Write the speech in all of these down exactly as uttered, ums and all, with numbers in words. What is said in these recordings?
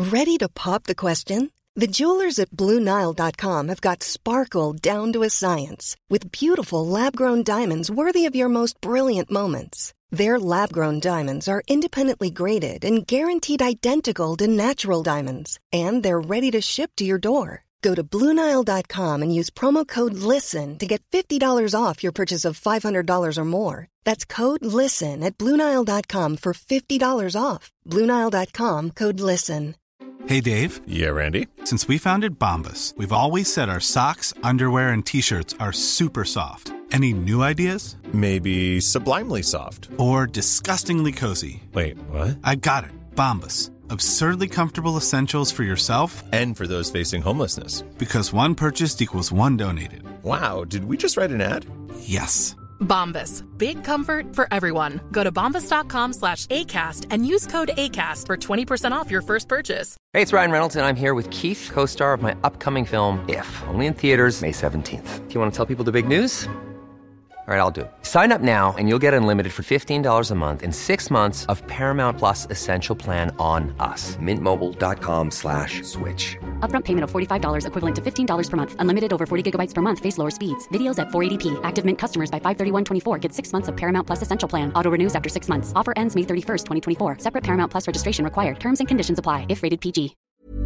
Ready to pop the question? The jewelers at Blue Nile dot com have got sparkle down to a science with beautiful lab-grown diamonds worthy of your most brilliant moments. Their lab-grown diamonds are independently graded and guaranteed identical to natural diamonds, and they're ready to ship to your door. Go to Blue Nile dot com and use promo code LISTEN to get fifty dollars off your purchase of five hundred dollars or more. That's code LISTEN at Blue Nile dot com for fifty dollars off. Blue Nile dot com, code LISTEN. Hey, Dave. Yeah, Randy. Since we founded Bombas, we've always said our socks, underwear, and T-shirts are super soft. Any new ideas? Maybe sublimely soft. Or disgustingly cozy. Wait, what? I got it. Bombas. Absurdly comfortable essentials for yourself and for those facing homelessness. Because one purchased equals one donated. Wow, did we just write an ad? Yes. Bombas. Big comfort for everyone. Go to bombas.com slash ACAST and use code ACAST for twenty percent off your first purchase. Hey, it's Ryan Reynolds, and I'm here with Keith, co-star of my upcoming film, If, only in theaters May seventeenth. Do you want to tell people the big news? All right, I'll do it. Sign up now and you'll get unlimited for fifteen dollars a month and six months of Paramount Plus Essential Plan on us. Mint Mobile dot com slash switch. Upfront payment of forty-five dollars equivalent to fifteen dollars per month. Unlimited over forty gigabytes per month. Face lower speeds. Videos at four eighty p. Active Mint customers by five thirty-one twenty-four get six months of Paramount Plus Essential Plan. Auto renews after six months. Offer ends May thirty-first, twenty twenty-four. Separate Paramount Plus registration required. Terms and conditions apply if rated P G.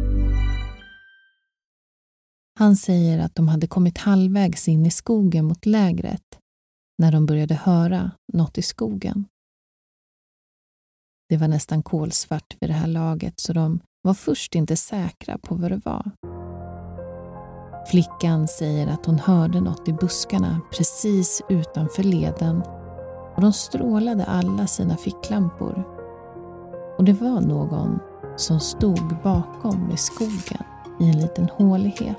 Han säger att de hade kommit halvvägs in i skogen mot lägret när de började höra något i skogen. Det var nästan kolsvart vid det här laget, så de var först inte säkra på vad det var. Flickan säger att hon hörde något i buskarna precis utanför leden, och de strålade alla sina ficklampor. Och det var någon som stod bakom i skogen i en liten hålighet.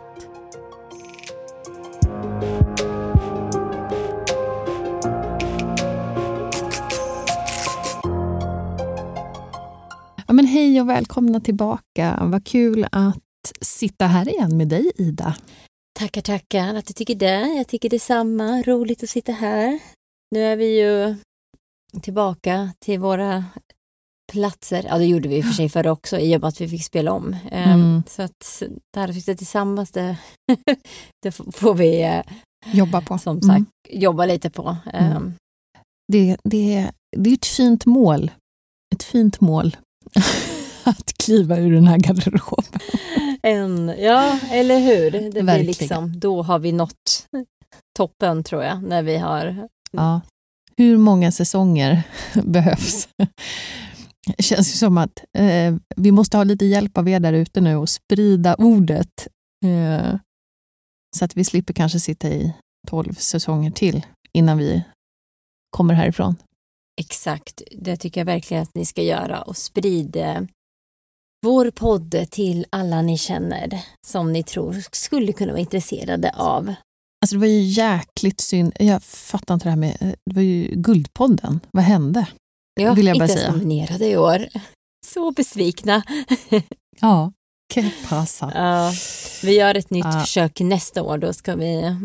Ja, men hej och välkomna tillbaka. Vad kul att sitta här igen med dig, Ida. Tackar, tackar att du tycker det. Jag tycker detsamma. Roligt att sitta här. Nu är vi ju tillbaka till våra platser. Ja, det gjorde vi i och för sig förra också, i och med att vi fick spela om. Mm. Så att det här att sitta tillsammans, det, det får vi jobba på. Som sagt, mm. jobba lite på. Mm. Det, det, det är ett fint mål. Ett fint mål. Att kliva ur den här garderoben. En, ja, eller hur? Det blir liksom, då har vi nått toppen, tror jag, när vi har... Ja. Hur många säsonger behövs? Det känns ju som att eh, vi måste ha lite hjälp av er där ute nu och sprida ordet. Eh, så att vi slipper kanske sitta i tolv säsonger till innan vi kommer härifrån. Exakt, det tycker jag verkligen att ni ska göra, och sprida vår podd till alla ni känner som ni tror skulle kunna vara intresserade av. Alltså det var ju jäkligt synd, jag fattar inte det här med, det var ju Guldpodden, vad hände? Ja, vill jag bara inte säga. nominerade i år. Så besvikna. Ja, que pasa. Ja, vi gör ett nytt ja. försök nästa år, då ska vi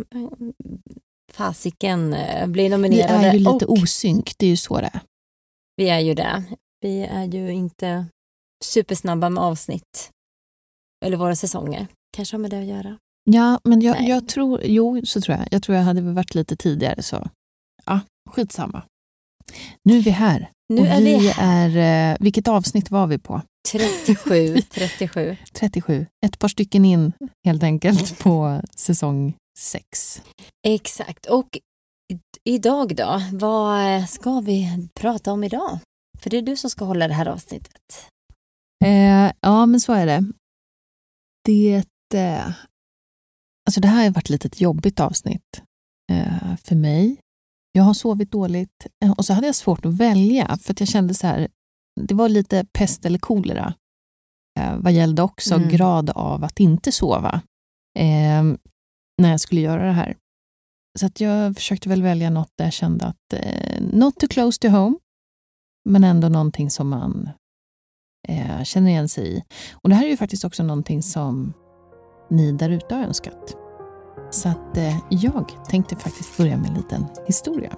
fasiken bli nominerade. Vi är ju lite och osynk, det är ju så det är. Vi är ju det. Vi är ju inte supersnabba med avsnitt. Eller våra säsonger. Kanske har med det att göra. Ja, men jag, jag tror, jo så tror jag. Jag tror jag hade varit lite tidigare, så ja, skitsamma. Nu är vi här. Nu och är vi, vi här. är, vilket avsnitt var vi på? trettiosju. trettiosju. trettiosju. Ett par stycken in helt enkelt på säsong sex. Exakt. Och idag då, vad ska vi prata om idag? För det är du som ska hålla det här avsnittet. Eh, ja, men så är det. Det, eh, alltså det här har varit lite ett jobbigt avsnitt eh, för mig. Jag har sovit dåligt och så hade jag svårt att välja, för att jag kände så här, det var lite pest eller kolera. Eh, vad gällde också mm. grad av att inte sova eh, när jag skulle göra det här. Så att jag försökte väl välja något där jag kände att eh, not too close to home, men ändå någonting som man eh, känner igen sig i. Och det här är ju faktiskt också någonting som ni där ute har önskat. Så att eh, jag tänkte faktiskt börja med en liten historia.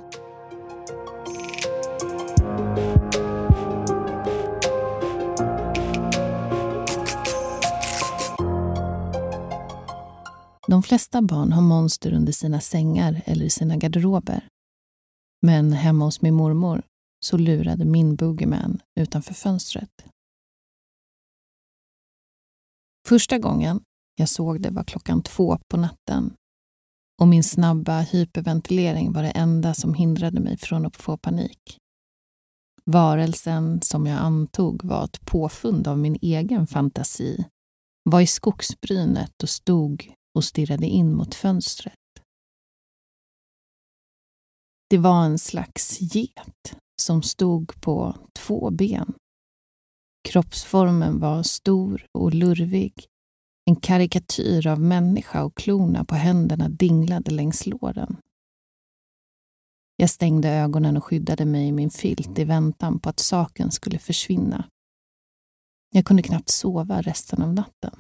De flesta barn har monster under sina sängar eller i sina garderober. Men hemma hos min mormor så lurade min boogeyman utanför fönstret. Första gången jag såg det var klockan två på natten och min snabba hyperventilering var det enda som hindrade mig från att få panik. Varelsen som jag antog var ett påfund av min egen fantasi var i skogsbrynet och stod och stirrade in mot fönstret. Det var en slags get som stod på två ben. Kroppsformen var stor och lurvig. En karikatyr av människa och klorna på händerna dinglade längs låren. Jag stängde ögonen och skyddade mig i min filt i väntan på att saken skulle försvinna. Jag kunde knappt sova resten av natten.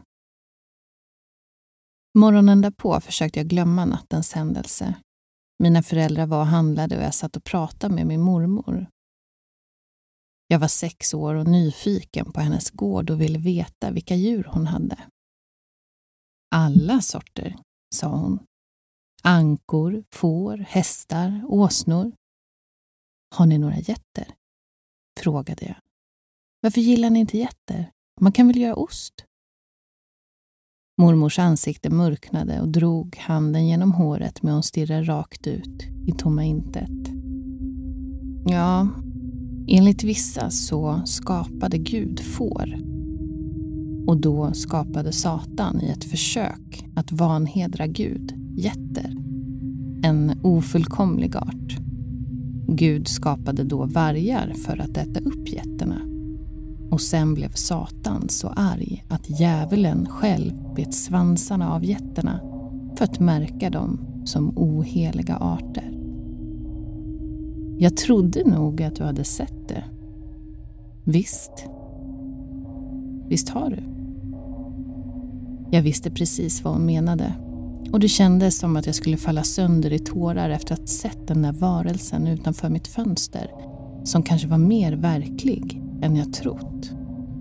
Morgonen därpå försökte jag glömma nattens händelse. Mina föräldrar var och handlade och jag satt och pratade med min mormor. Jag var sex år och nyfiken på hennes gård och ville veta vilka djur hon hade. Alla sorter, sa hon. Ankor, får, hästar, åsnor. Har ni några getter? Frågade jag. Varför gillar ni inte getter? Man kan väl göra ost? Mormors ansikte mörknade och drog handen genom håret med hon stirrade rakt ut i tomma intet. Ja, enligt vissa så skapade Gud får. Och då skapade Satan i ett försök att vanhedra Gud getter. En ofullkomlig art. Gud skapade då vargar för att äta upp getterna. Och sen blev Satan så arg att djävulen själv bet svansarna av getterna för att märka dem som oheliga arter. Jag trodde nog att du hade sett det. Visst. Visst har du. Jag visste precis vad hon menade. Och det kändes som att jag skulle falla sönder i tårar efter att ha sett den där varelsen utanför mitt fönster. Som kanske var mer verklig än jag trott.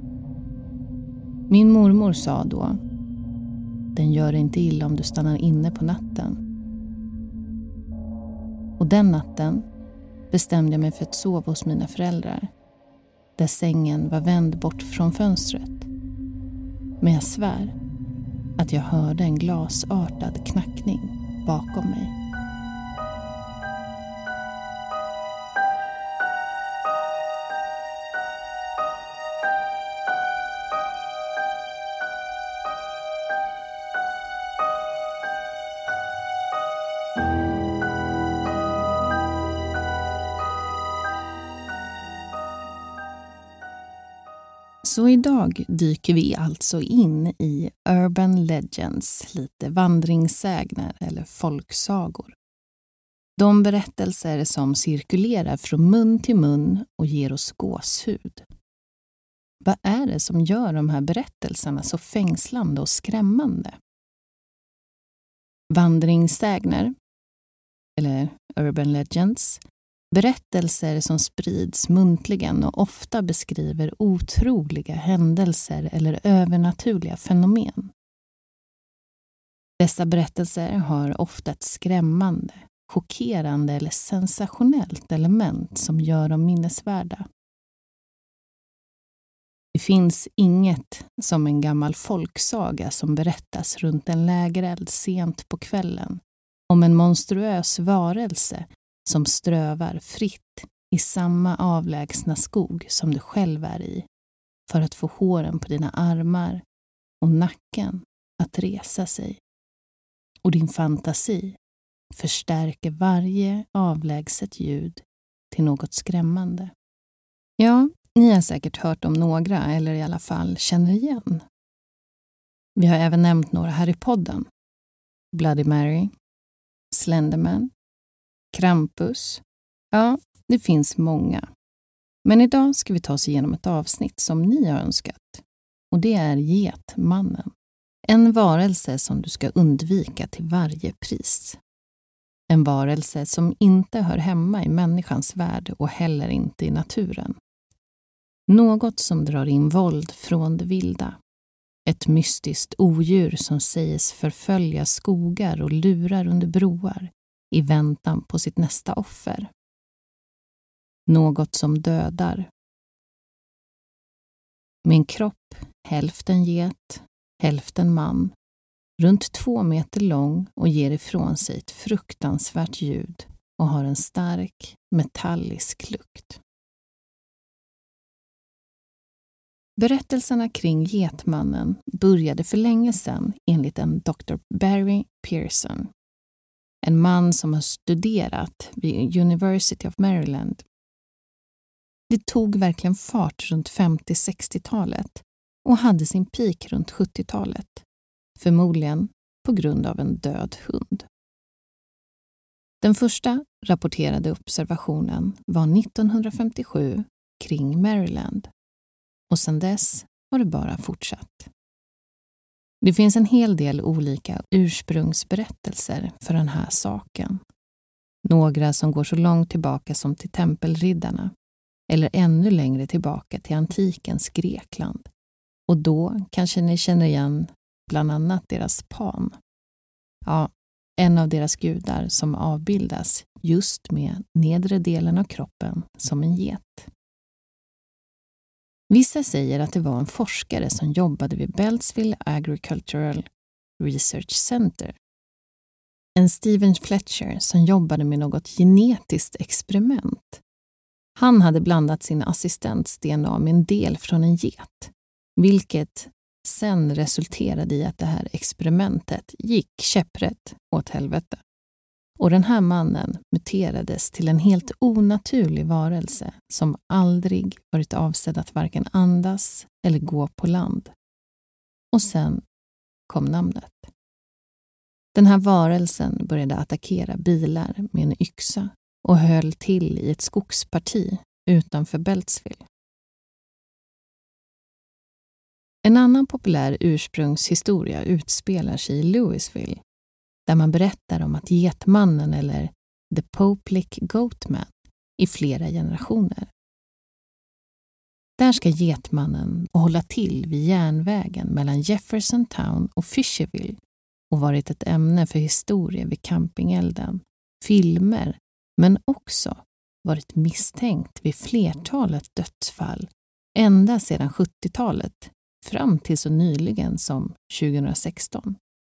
Min mormor sa då: den gör inte illa om du stannar inne på natten. Och den natten bestämde jag mig för att sova hos mina föräldrar. Där sängen var vänd bort från fönstret. Men jag svär att jag hörde en glasartad knackning bakom mig. Så idag dyker vi alltså in i Urban Legends, lite vandringssägner eller folksagor. De berättelser som cirkulerar från mun till mun och ger oss gåshud. Vad är det som gör de här berättelserna så fängslande och skrämmande? Vandringssägner, eller Urban Legends, berättelser som sprids muntligen och ofta beskriver otroliga händelser eller övernaturliga fenomen. Dessa berättelser har ofta ett skrämmande, chockerande eller sensationellt element som gör dem minnesvärda. Det finns inget som en gammal folksaga som berättas runt en lägereld sent på kvällen om en monstruös varelse som strövar fritt i samma avlägsna skog som du själv är i för att få håren på dina armar och nacken att resa sig. Och din fantasi förstärker varje avlägset ljud till något skrämmande. Ja, ni har säkert hört om några eller i alla fall känner igen. Vi har även nämnt några här i podden. Bloody Mary, Slenderman, Krampus. Ja, det finns många. Men idag ska vi ta oss igenom ett avsnitt som ni har önskat. Och det är Getmannen. En varelse som du ska undvika till varje pris. En varelse som inte hör hemma i människans värld och heller inte i naturen. Något som drar in våld från det vilda. Ett mystiskt odjur som sägs förfölja skogar och lurar under broar i väntan på sitt nästa offer. Något som dödar. Min kropp, hälften get, hälften man, runt två meter lång och ger ifrån sig ett fruktansvärt ljud och har en stark metallisk lukt. Berättelserna kring Getmannen började för länge sedan enligt en doktor Barry Pearson, en man som har studerat vid University of Maryland. Det tog verkligen fart runt femtio-sextiotalet och hade sin peak runt sjuttiotalet, förmodligen på grund av en död hund. Den första rapporterade observationen var nittonhundrafemtiosju kring Maryland. Och sedan dess har det bara fortsatt. Det finns en hel del olika ursprungsberättelser för den här saken. Några som går så långt tillbaka som till tempelriddarna eller ännu längre tillbaka till antikens Grekland. Och då kanske ni känner igen bland annat deras Pan. Ja, en av deras gudar som avbildas just med nedre delen av kroppen som en get. Vissa säger att det var en forskare som jobbade vid Beltsville Agricultural Research Center. En Stephen Fletcher som jobbade med något genetiskt experiment. Han hade blandat sin assistents D N A med en del från en get, vilket sen resulterade i att det här experimentet gick käpprätt åt helvete. Och den här mannen muterades till en helt onaturlig varelse som aldrig varit avsedd att varken andas eller gå på land. Och sen kom namnet. Den här varelsen började attackera bilar med en yxa och höll till i ett skogsparti utanför Beltsville. En annan populär ursprungshistoria utspelar sig i Louisville, där man berättar om att Getmannen eller The Poplick Goatman i flera generationer. Där ska Getmannen hålla till vid järnvägen mellan Jefferson Town och Fisherville och varit ett ämne för historia vid campingelden, filmer, men också varit misstänkt vid flertalet dödsfall ända sedan sjuttiotalet fram till så nyligen som tjugohundrasexton.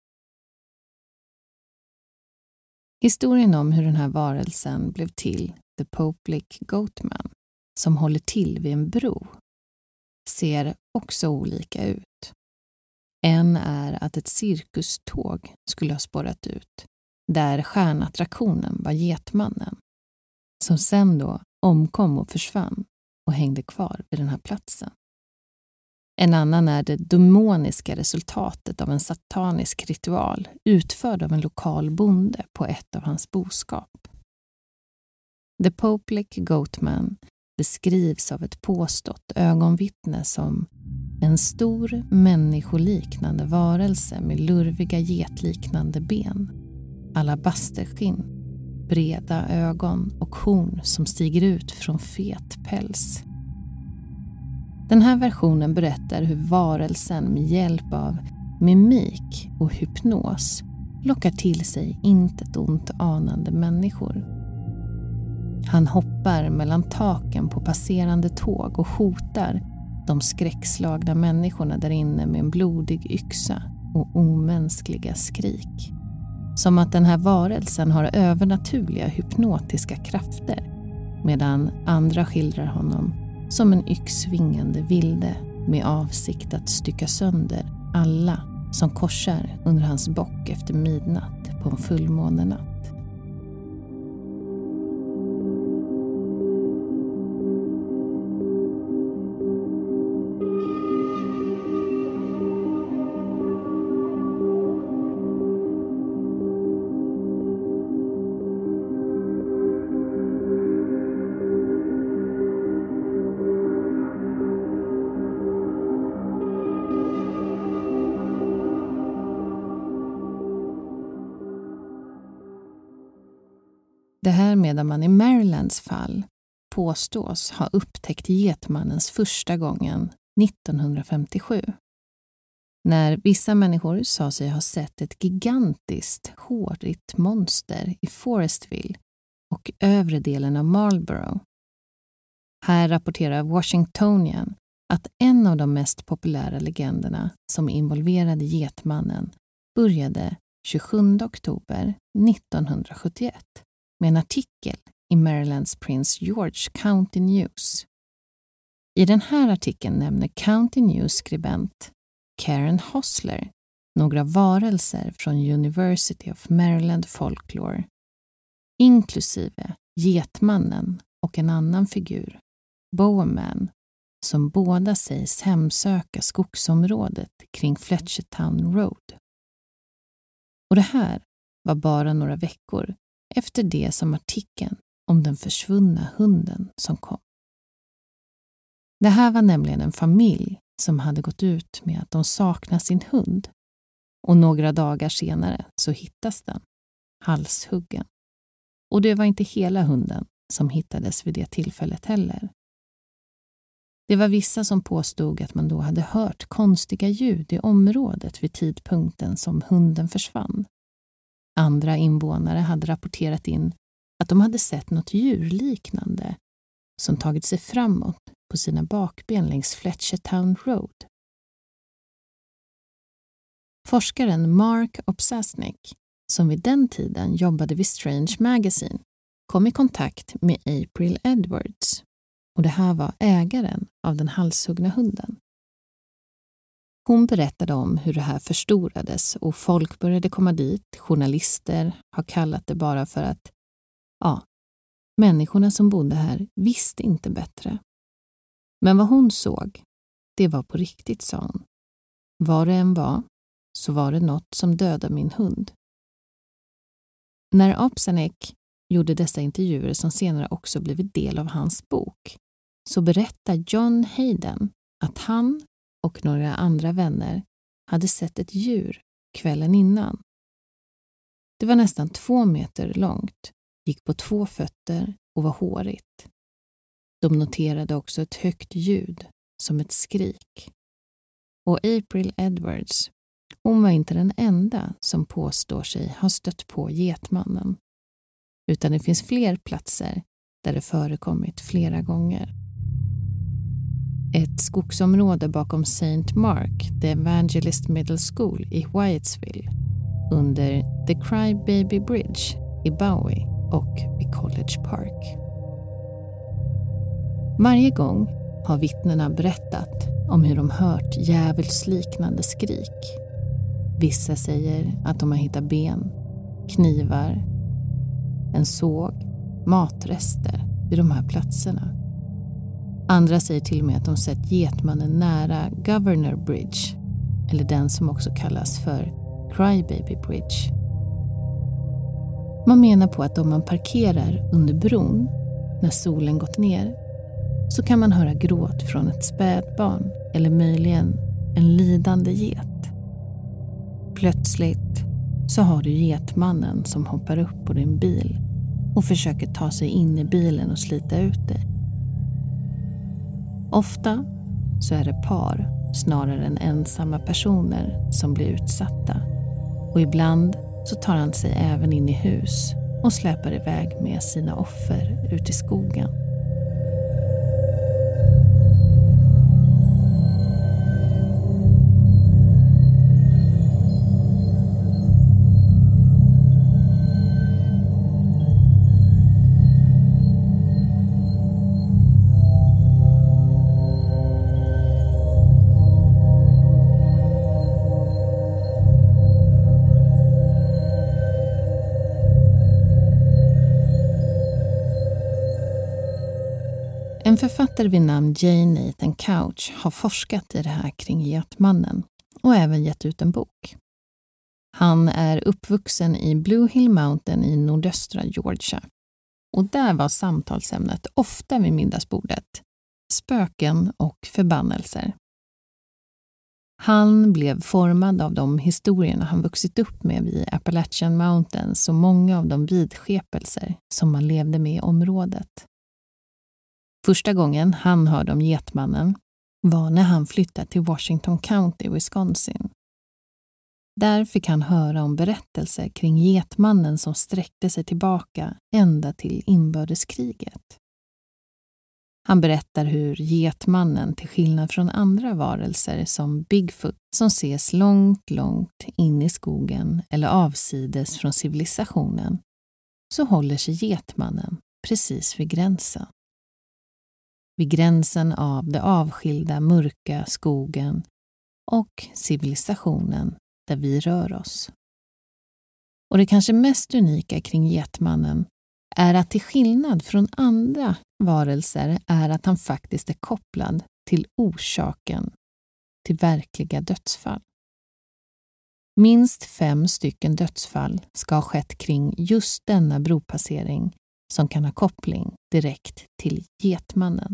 Historien om hur den här varelsen blev till The Poplick Goatman, som håller till vid en bro, ser också olika ut. En är att ett cirkuståg skulle ha spårat ut, där stjärnattraktionen var Getmannen, som sen då omkom och försvann och hängde kvar vid den här platsen. En annan är det demoniska resultatet av en satanisk ritual utförd av en lokal bonde på ett av hans boskap. The Poplick Goatman beskrivs av ett påstått ögonvittne som en stor människoliknande varelse med lurviga getliknande ben, alabasterskinn, breda ögon och horn som stiger ut från fet päls. Den här versionen berättar hur varelsen med hjälp av mimik och hypnos lockar till sig intet ont anande människor. Han hoppar mellan taken på passerande tåg och hotar de skräckslagna människorna där inne med en blodig yxa och omänskliga skrik. Som att den här varelsen har övernaturliga hypnotiska krafter, medan andra skildrar honom som en yxvingande vilde med avsikt att stycka sönder alla som korsar under hans bock efter midnatt på en fullmånenatt. Det här medan man i Marylands fall påstås ha upptäckt Getmannens första gången nittonhundrafemtiosju. när vissa människor sa sig ha sett ett gigantiskt, hårigt monster i Forestville och övre delen av Marlborough. Här rapporterar Washingtonian att en av de mest populära legenderna som involverade Getmannen började tjugosjunde oktober nittonhundrasjuttioett med en artikel i Marylands Prince George County News. I den här artikeln nämner County News-skribent Karen Hostler några varelser från University of Maryland Folklore, inklusive Getmannen och en annan figur, Bowerman, som båda sägs hemsöka skogsområdet kring Fletchertown Road. Och det här var bara några veckor efter det som artikeln om den försvunna hunden som kom. Det här var nämligen en familj som hade gått ut med att de saknar sin hund, och några dagar senare så hittas den, halshuggen. Och det var inte hela hunden som hittades vid det tillfället heller. Det var vissa som påstod att man då hade hört konstiga ljud i området vid tidpunkten som hunden försvann. Andra invånare hade rapporterat in att de hade sett något djurliknande som tagit sig framåt på sina bakben längs Fletchertown Road. Forskaren Mark Opsasnick, som vid den tiden jobbade vid Strange Magazine, kom i kontakt med April Edwards, och det här var ägaren av den halshuggna hunden. Hon berättade om hur det här förstorades och folk började komma dit. Journalister har kallat det bara för att, ja, människorna som bodde här visste inte bättre. Men vad hon såg, det var på riktigt, sa hon. Vad det än var, så var det något som dödade min hund. När Opsasnick gjorde dessa intervjuer som senare också blivit del av hans bok, så berättar John Hayden att han och några andra vänner hade sett ett djur kvällen innan. Det var nästan två meter långt, gick på två fötter och var hårigt. De noterade också ett högt ljud, som ett skrik. Och April Edwards, hon var inte den enda som påstår sig ha stött på Getmannen, utan det finns fler platser där det förekommit flera gånger. Ett skogsområde bakom Saint Mark, The Evangelist Middle School i Hyattsville, under The Crybaby Bridge i Bowie och vid College Park. Varje gång har vittnena berättat om hur de hört djävulsliknande skrik. Vissa säger att de har hittat ben, knivar, en såg, matrester vid de här platserna. Andra säger till och med att de sett Getmannen nära Governor Bridge, eller den som också kallas för Crybaby Bridge. Man menar på att om man parkerar under bron när solen gått ner, så kan man höra gråt från ett spädbarn eller möjligen en lidande get. Plötsligt så har du Getmannen som hoppar upp på din bil och försöker ta sig in i bilen och slita ut dig. Ofta så är det par snarare än ensamma personer som blir utsatta, och ibland så tar han sig även in i hus och släpar iväg med sina offer ut i skogen. En författare vid namn J. Nathan Couch har forskat i det här kring Getmannen och även gett ut en bok. Han är uppvuxen i Blue Hill Mountain i nordöstra Georgia. Och där var samtalsämnet ofta vid middagsbordet spöken och förbannelser. Han blev formad av de historierna han vuxit upp med vid Appalachian Mountains och många av de vidskepelser som man levde med i området. Första gången han hörde om Getmannen var när han flyttade till Washington County, Wisconsin. Där fick han höra om berättelser kring getmannen som sträckte sig tillbaka ända till inbördeskriget. Han berättar hur getmannen, till skillnad från andra varelser som Bigfoot, som ses långt, långt in i skogen eller avsides från civilisationen, så håller sig getmannen precis vid gränsen. Vid gränsen av det avskilda mörka skogen och civilisationen där vi rör oss. Och det kanske mest unika kring getmannen är att till skillnad från andra varelser är att han faktiskt är kopplad till orsaken till verkliga dödsfall. Minst fem stycken dödsfall ska ha skett kring just denna bropassering som kan ha koppling direkt till getmannen.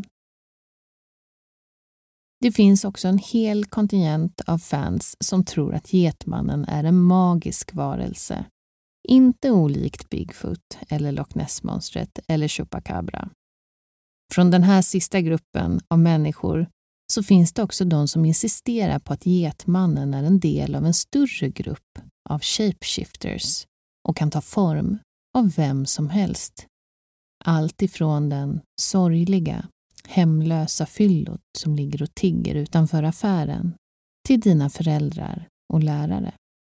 Det finns också en hel kontingent av fans som tror att getmannen är en magisk varelse, inte olikt Bigfoot eller Loch Ness-monstret eller Chupacabra. Från den här sista gruppen av människor så finns det också de som insisterar på att getmannen är en del av en större grupp av shapeshifters och kan ta form av vem som helst. Allt ifrån den sorgliga, hemlösa fyllot som ligger och tigger utanför affären till dina föräldrar och lärare.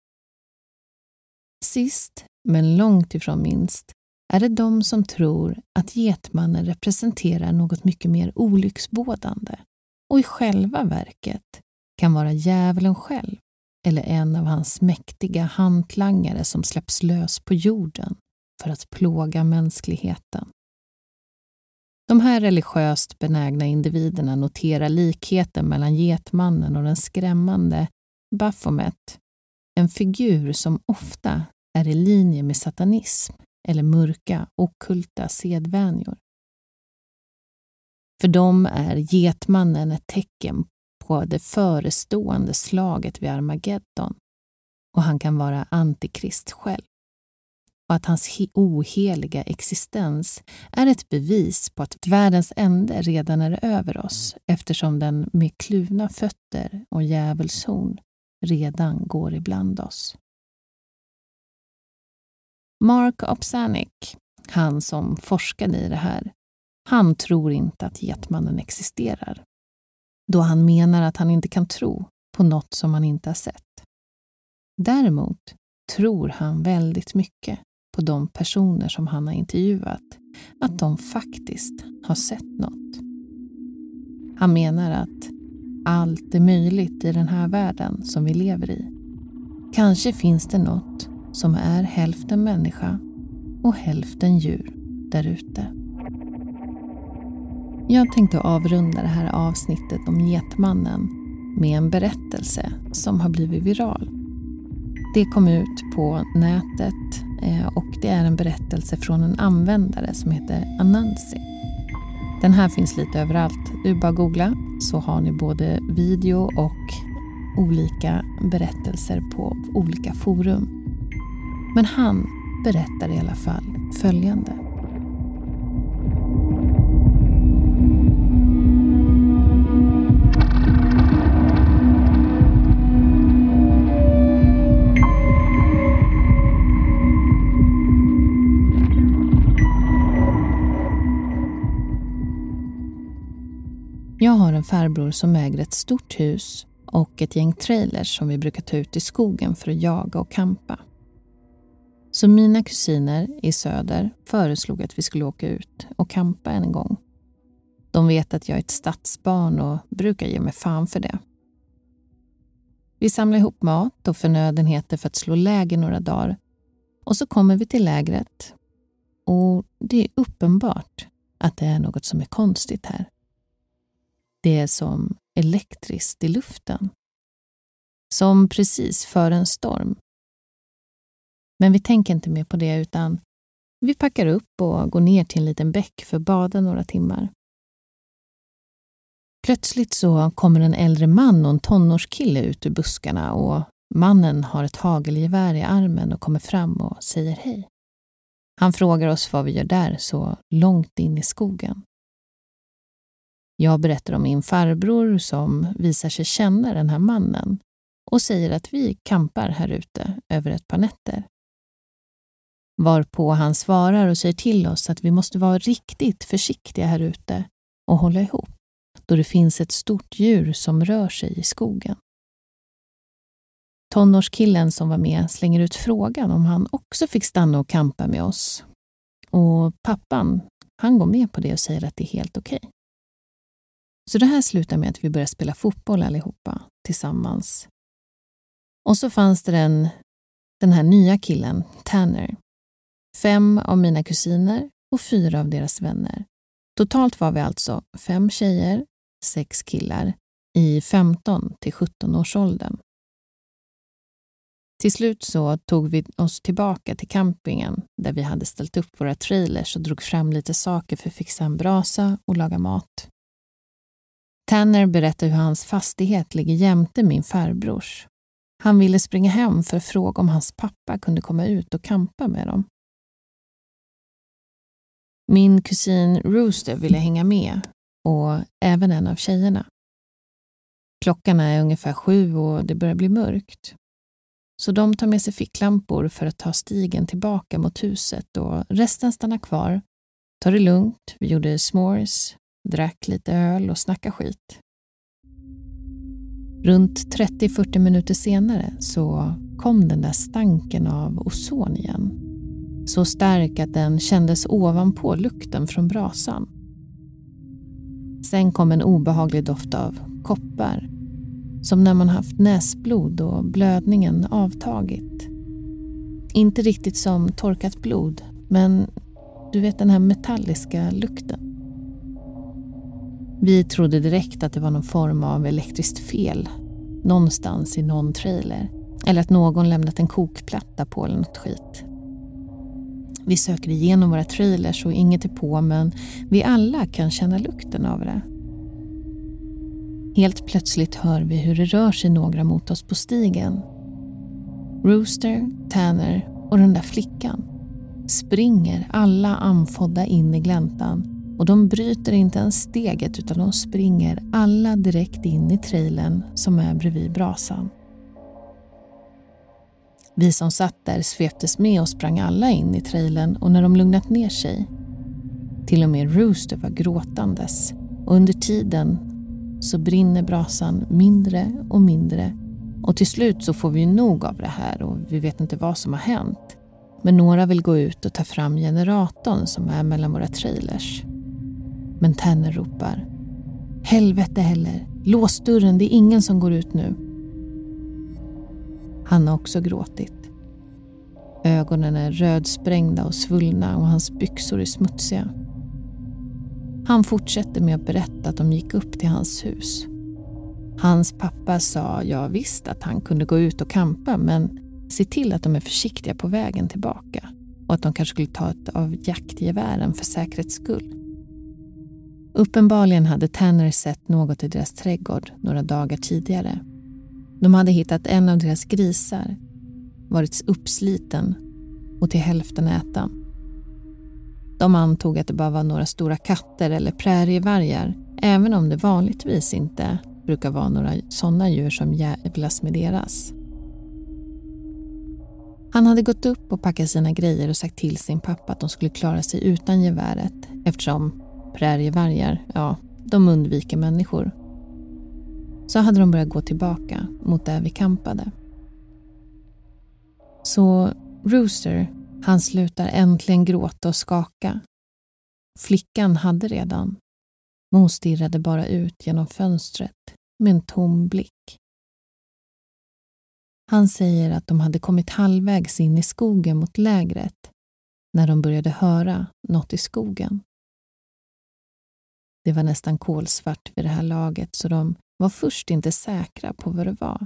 Sist, men långt ifrån minst, är det de som tror att getmannen representerar något mycket mer olycksbådande och i själva verket kan vara djävulen själv eller en av hans mäktiga hantlangare som släpps lös på jorden för att plåga mänskligheten. De här religiöst benägna individerna noterar likheten mellan getmannen och den skrämmande Baphomet, en figur som ofta är i linje med satanism eller mörka, ockulta sedvänjor. För dem är getmannen ett tecken på det förestående slaget vid Armageddon och han kan vara antikrist själv. Och att hans oheliga existens är ett bevis på att världens ände redan är över oss eftersom den med kluvna fötter och djävulshorn redan går ibland oss. Mark Opsanic, han som forskade i det här, han tror inte att getmannen existerar. Då han menar att han inte kan tro på något som han inte har sett. Däremot tror han väldigt mycket på de personer som han har intervjuat, att de faktiskt har sett något. Han menar att allt är möjligt i den här världen som vi lever i. Kanske finns det något som är hälften människa och hälften djur där ute. Jag tänkte avrunda det här avsnittet om getmannen med en berättelse som har blivit viral. Det kom ut på nätet och det är en berättelse från en användare som heter Anansi. Den här finns lite överallt. Du bara googla så har ni både video och olika berättelser på olika forum. Men han berättar i alla fall följande. Jag har en farbror som äger ett stort hus och ett gäng trailers som vi brukar ta ut i skogen för att jaga och campa. Så mina kusiner i söder föreslog att vi skulle åka ut och campa en gång. De vet att jag är ett stadsbarn och brukar ge mig fan för det. Vi samlar ihop mat och förnödenheter för att slå läger några dagar. Och så kommer vi till lägret. Och det är uppenbart att det är något som är konstigt här. Det är som elektriskt i luften. Som precis för en storm. Men vi tänker inte mer på det utan vi packar upp och går ner till en liten bäck för att bada några timmar. Plötsligt så kommer en äldre man och en tonårskille ut ur buskarna och mannen har ett hagelgevär i armen och kommer fram och säger hej. Han frågar oss vad vi gör där så långt in i skogen. Jag berättar om min farbror som visar sig känna den här mannen och säger att vi campar här ute över ett par nätter. Varpå han svarar och säger till oss att vi måste vara riktigt försiktiga här ute och hålla ihop, då det finns ett stort djur som rör sig i skogen. Tonårskillen som var med slänger ut frågan om han också fick stanna och campa med oss. Och pappan, han går med på det och säger att det är helt okej. Så det här slutar med att vi börjar spela fotboll allihopa tillsammans. Och så fanns det den, den här nya killen, Tanner. Fem av mina kusiner och fyra av deras vänner. Totalt var vi alltså fem tjejer, sex killar i femton till sjutton års åldern. Till slut så tog vi oss tillbaka till campingen där vi hade ställt upp våra trailers och drog fram lite saker för att fixa en brasa och laga mat. Tanner berättar hur hans fastighet ligger jämte min farbrors. Han ville springa hem för att fråga om hans pappa kunde komma ut och campa med dem. Min kusin Rooster ville hänga med och även en av tjejerna. Klockan är ungefär sju och det börjar bli mörkt. Så de tar med sig ficklampor för att ta stigen tillbaka mot huset och resten stannar kvar. Tar det lugnt, vi gjorde s'mores, drack lite öl och snackade skit. Runt trettio till fyrtio minuter senare så kom den där stanken av ozon igen. Så stark att den kändes ovanpå lukten från brasan. Sen kom en obehaglig doft av koppar. Som när man haft näsblod och blödningen avtagit. Inte riktigt som torkat blod, men du vet den här metalliska lukten. Vi trodde direkt att det var någon form av elektriskt fel. Någonstans i någon trailer. Eller att någon lämnat en kokplatta på eller något skit. Vi söker igenom våra trailers och inget är på, men vi alla kan känna lukten av det. Helt plötsligt hör vi hur det rör sig några mot oss på stigen. Rooster, Tanner och den där flickan springer alla anfodda in i gläntan och de bryter inte ens steget utan de springer alla direkt in i trailern som är bredvid brasan. Vi som satt där sveptes med och sprang alla in i trailern och när de lugnat ner sig, till och med Rooster var gråtandes och under tiden så brinner brasan mindre och mindre och till slut så får vi nog av det här och vi vet inte vad som har hänt. Men några vill gå ut och ta fram generatorn som är mellan våra trailers. Men Tanner ropar: helvete heller, lås dörren, det är ingen som går ut nu. Han har också gråtit. Ögonen är rödsprängda och svullna och hans byxor är smutsiga. Han fortsätter med att berätta att de gick upp till hans hus. Hans pappa sa ja visst att han kunde gå ut och campa, men se till att de är försiktiga på vägen tillbaka och att de kanske skulle ta ett av jaktgevären för säkerhets skull. Uppenbarligen hade Tanner sett något i deras trädgård några dagar tidigare. De hade hittat en av deras grisar, varit uppsliten och till hälften ätan. De antog att det bara var några stora katter eller prärievargar, även om det vanligtvis inte brukar vara några sådana djur som jävlas med deras. Han hade gått upp och packat sina grejer och sagt till sin pappa att de skulle klara sig utan geväret eftersom prärievargar, ja, de undviker människor. Så hade de börjat gå tillbaka mot där vi campade. Så Rooster, han slutar äntligen gråta och skaka. Flickan hade redan. Men hon stirrade bara ut genom fönstret med en tom blick. Han säger att de hade kommit halvvägs in i skogen mot lägret när de började höra något i skogen. Det var nästan kolsvart vid det här laget så de var först inte säkra på vad det var.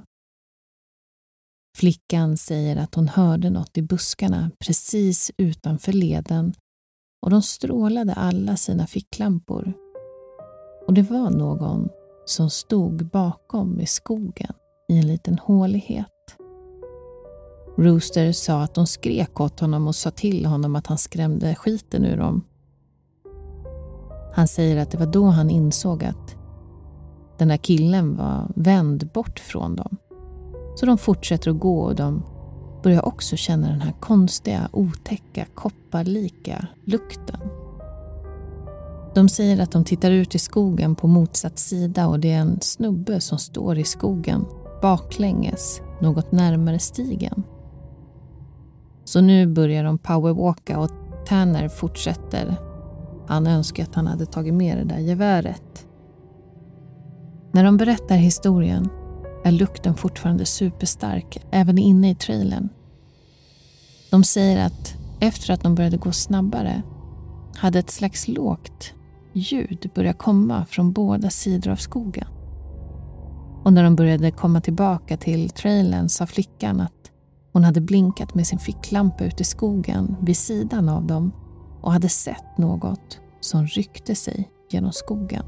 Flickan säger att hon hörde något i buskarna precis utanför leden och de strålade alla sina ficklampor. Och det var någon som stod bakom i skogen i en liten hålighet. Rooster sa att de skrek åt honom och sa till honom att han skrämde skiten ur dem. Han säger att det var då han insåg att den där killen var vänd bort från dem. Så de fortsätter att gå och de börjar också känna den här konstiga, otäcka, kopparlika lukten. De säger att de tittar ut i skogen på motsatt sida och det är en snubbe som står i skogen baklänges, något närmare stigen. Så nu börjar de powerwalka och Tanner fortsätter. Han önskar att han hade tagit med det där geväret. När de berättar historien är lukten fortfarande superstark, även inne i trailern. De säger att efter att de började gå snabbare hade ett slags lågt ljud börjat komma från båda sidor av skogen. Och när de började komma tillbaka till trailern sa flickan att hon hade blinkat med sin ficklampa ut i skogen vid sidan av dem och hade sett något som ryckte sig genom skogen.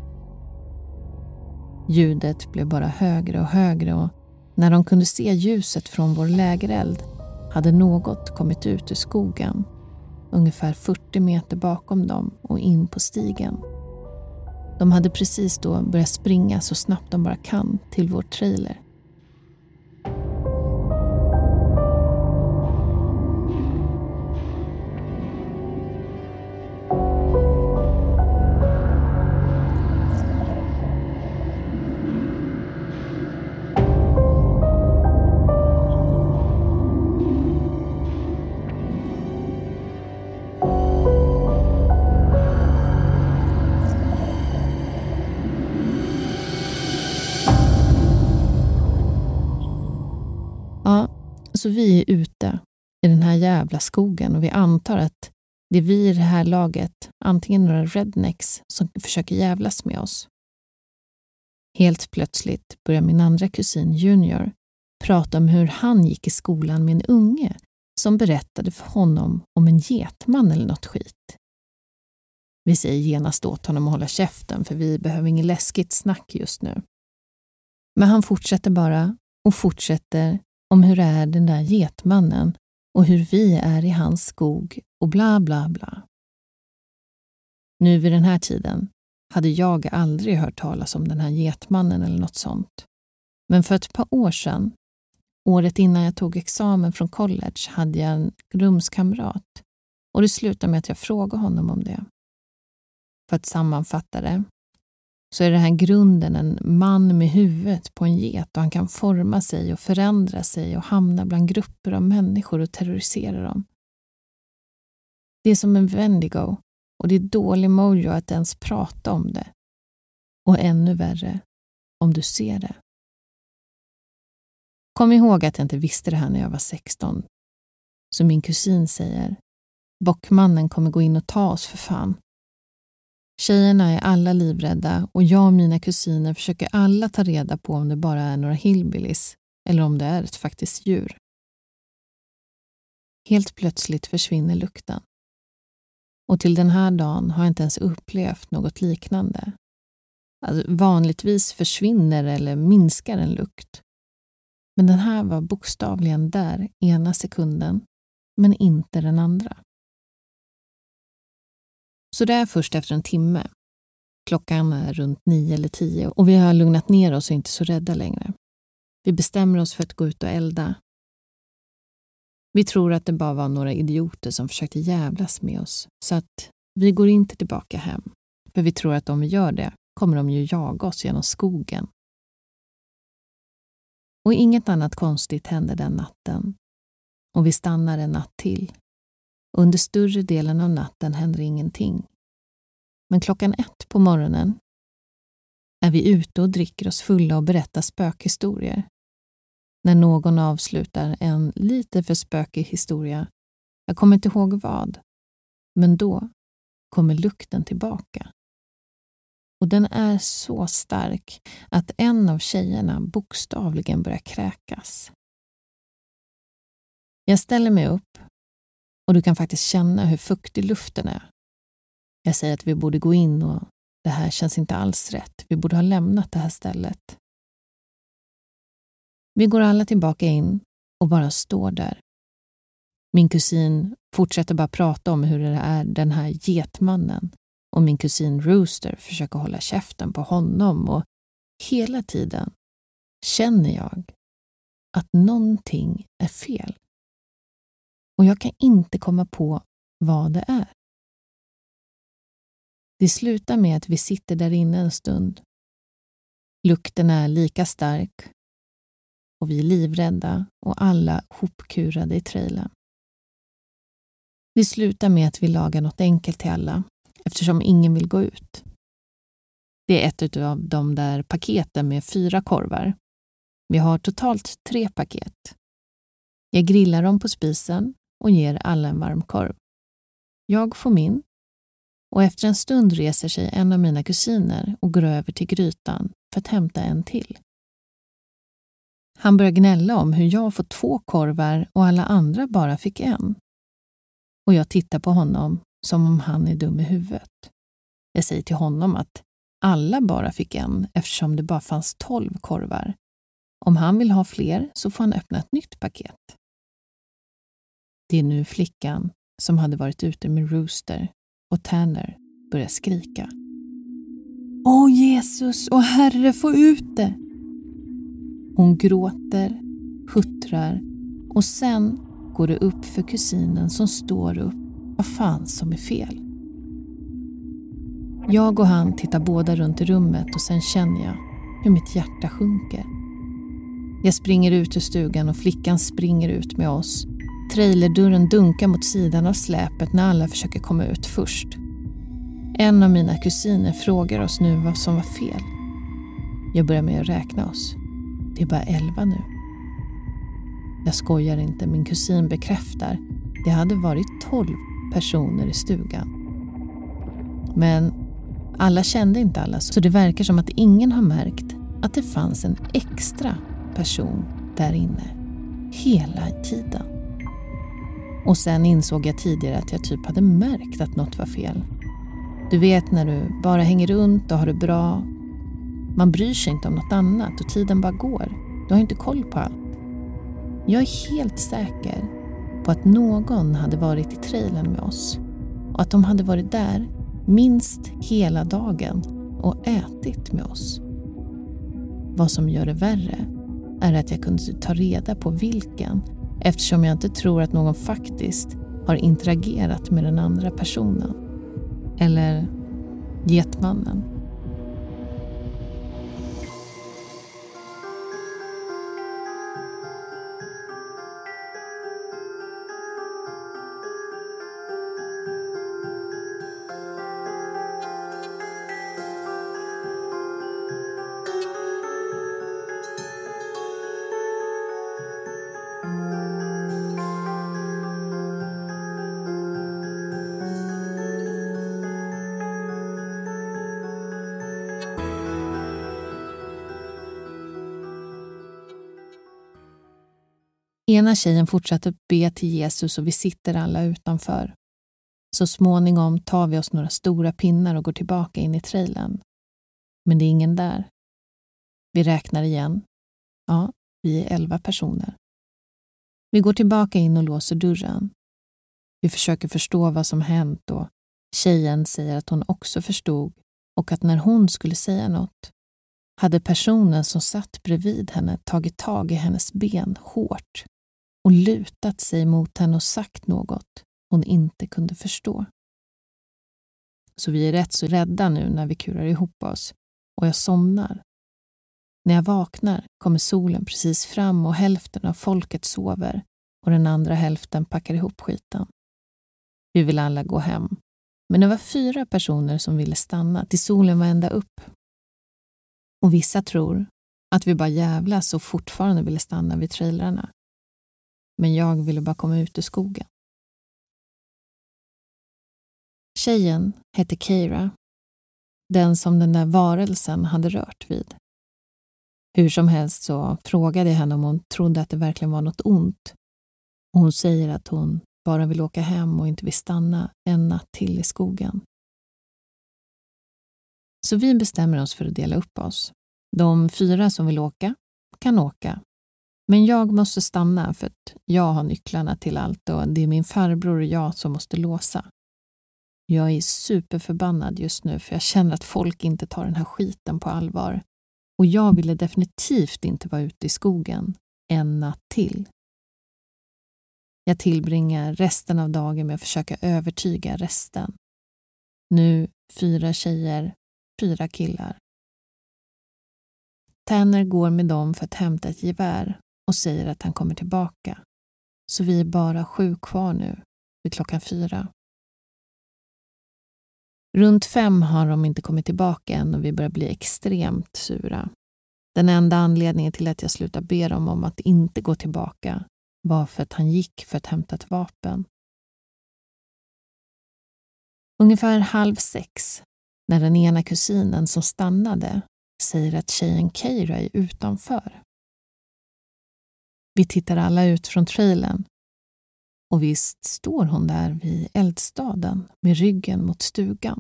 Ljudet blev bara högre och högre och när de kunde se ljuset från vår lägereld hade något kommit ut ur skogen, ungefär fyrtio meter bakom dem och in på stigen. De hade precis då börjat springa så snabbt de bara kan till vår trailer. Ja, så vi är ute i den här jävla skogen och vi antar att det är vi i det här laget, antingen några rednecks som försöker jävlas med oss. Helt plötsligt börjar min andra kusin Junior prata om hur han gick i skolan med en unge som berättade för honom om en getman eller något skit. Vi säger genast åt honom att hålla käften för vi behöver ingen läskigt snack just nu. Men han fortsätter bara och fortsätter om hur det är den där getmannen och hur vi är i hans skog och bla bla bla. Nu vid den här tiden hade jag aldrig hört talas om den här getmannen eller något sånt. Men för ett par år sedan, året innan jag tog examen från college, hade jag en rumskamrat och det slutade med att jag frågade honom om det. För att sammanfatta det så är det här grunden en man med huvudet på en get och han kan forma sig och förändra sig och hamna bland grupper av människor och terrorisera dem. Det är som en Wendigo och det är dålig mojo att ens prata om det. Och ännu värre om du ser det. Kom ihåg att jag inte visste det här när jag var sexton. Så min kusin säger, bockmannen kommer gå in och ta oss för fan. Tjejerna är alla livrädda och jag och mina kusiner försöker alla ta reda på om det bara är några hillbillies eller om det är ett faktiskt djur. Helt plötsligt försvinner lukten. Och till den här dagen har jag inte ens upplevt något liknande. Alltså, vanligtvis försvinner eller minskar en lukt. Men den här var bokstavligen där ena sekunden, men inte den andra. Så det är först efter en timme. Klockan är runt nio eller tio och vi har lugnat ner oss och inte så rädda längre. Vi bestämmer oss för att gå ut och elda. Vi tror att det bara var några idioter som försökte jävlas med oss så att vi går inte tillbaka hem. För vi tror att om vi gör det kommer de ju jaga oss genom skogen. Och inget annat konstigt hände den natten. Och vi stannar en natt till. Under större delen av natten händer ingenting. Men klockan ett på morgonen är vi ute och dricker oss fulla och berättar spökhistorier. När någon avslutar en lite för spökig historia, jag kommer inte ihåg vad, men då kommer lukten tillbaka. Och den är så stark att en av tjejerna bokstavligen börjar kräkas. Jag ställer mig upp och du kan faktiskt känna hur fuktig luften är. Jag säger att vi borde gå in och det här känns inte alls rätt. Vi borde ha lämnat det här stället. Vi går alla tillbaka in och bara står där. Min kusin fortsätter bara prata om hur det är den här getmannen. Och min kusin Rooster försöker hålla käften på honom. Och hela tiden känner jag att någonting är fel. Och jag kan inte komma på vad det är. Det slutar med att vi sitter där inne en stund. Lukten är lika stark och vi är livrädda och alla hopkurade i trailern. Det slutar med att vi lagar något enkelt till alla eftersom ingen vill gå ut. Det är ett av de där paketen med fyra korvar. Vi har totalt tre paket. Jag grillar dem på spisen och ger alla en varm korv. Jag får min och efter en stund reser sig en av mina kusiner och går över till grytan för att hämta en till. Han börjar gnälla om hur jag får två korvar och alla andra bara fick en. Och jag tittar på honom som om han är dum i huvudet. Jag säger till honom att alla bara fick en eftersom det bara fanns tolv korvar. Om han vill ha fler så får han öppna ett nytt paket. Det är nu flickan som hade varit ute med Rooster och Tanner börjar skrika. Åh Jesus och Herre, få ut det! Hon gråter, huttrar och sen går det upp för kusinen som står upp vad fan som är fel. Jag och han tittar båda runt i rummet och sen känner jag hur mitt hjärta sjunker. Jag springer ut ur stugan och flickan springer ut med oss. Trailerdörren dunkar mot sidan av släpet när alla försöker komma ut först. En av mina kusiner frågar oss nu vad som var fel. Jag börjar med att räkna oss. Det är bara elva nu. Jag skojar inte, min kusin bekräftar. Det hade varit tolv personer i stugan. Men alla kände inte alla, så det verkar som att ingen har märkt att det fanns en extra person där inne hela tiden. Och sen insåg jag tidigare att jag typ hade märkt att något var fel. Du vet när du bara hänger runt och har det bra. Man bryr sig inte om något annat och tiden bara går. Du har inte koll på allt. Jag är helt säker på att någon hade varit i trailern med oss. Och att de hade varit där minst hela dagen och ätit med oss. Vad som gör det värre är att jag kunde ta reda på vilken, eftersom jag inte tror att någon faktiskt har interagerat med den andra personen. Eller getmannen. Ena tjejen fortsatte be till Jesus och vi sitter alla utanför. Så småningom tar vi oss några stora pinnar och går tillbaka in i trailern. Men det är ingen där. Vi räknar igen. Ja, vi är elva personer. Vi går tillbaka in och låser dörren. Vi försöker förstå vad som hänt och tjejen säger att hon också förstod och att när hon skulle säga något hade personen som satt bredvid henne tagit tag i hennes ben hårt och lutat sig mot henne och sagt något hon inte kunde förstå. Så vi är rätt så rädda nu när vi kurar ihop oss och jag somnar. När jag vaknar kommer solen precis fram och hälften av folket sover och den andra hälften packar ihop skiten. Vi vill alla gå hem, men det var fyra personer som ville stanna till solen var ända upp. Och vissa tror att vi bara jävlas och fortfarande ville stanna vid trailrarna. Men jag ville bara komma ut ur skogen. Tjejen hette Keira. Den som den där varelsen hade rört vid. Hur som helst så frågade jag henne om hon trodde att det verkligen var något ont. Och hon säger att hon bara vill åka hem och inte vill stanna en natt till i skogen. Så vi bestämmer oss för att dela upp oss. De fyra som vill åka kan åka. Men jag måste stanna för att jag har nycklarna till allt och det är min farbror och jag som måste låsa. Jag är superförbannad just nu för jag känner att folk inte tar den här skiten på allvar. Och jag ville definitivt inte vara ute i skogen en natt till. Jag tillbringar resten av dagen med att försöka övertyga resten. Nu fyra tjejer, fyra killar. Tanner går med dem för att hämta ett gevär och säger att han kommer tillbaka. Så vi är bara sju kvar nu, vid klockan fyra. Runt fem har de inte kommit tillbaka än och vi börjar bli extremt sura. Den enda anledningen till att jag slutar be dem om att inte gå tillbaka var för att han gick för att hämta ett vapen. Ungefär halv sex, när den ena kusinen som stannade säger att tjejen Keira är utanför. Vi tittar alla ut från trailern och visst står hon där vid eldstaden med ryggen mot stugan.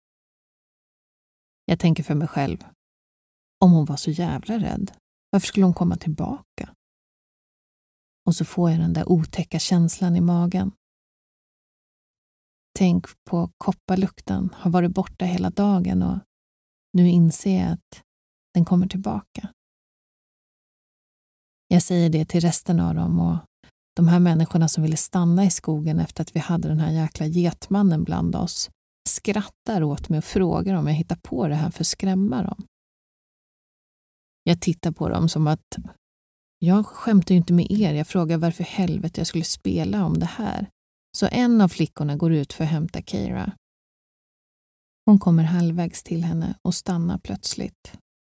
Jag tänker för mig själv, om hon var så jävla rädd, varför skulle hon komma tillbaka? Och så får jag den där otäcka känslan i magen. Tänk på kopparlukten, har varit borta hela dagen och nu inser jag att den kommer tillbaka. Jag säger det till resten av dem och de här människorna som ville stanna i skogen efter att vi hade den här jäkla getmannen bland oss skrattar åt mig och frågar om jag hittar på det här för att skrämma dem. Jag tittar på dem som att jag skämtar ju inte med er, jag frågar varför helvete jag skulle spela om det här. Så en av flickorna går ut för att hämta Keira. Hon kommer halvvägs till henne och stannar plötsligt.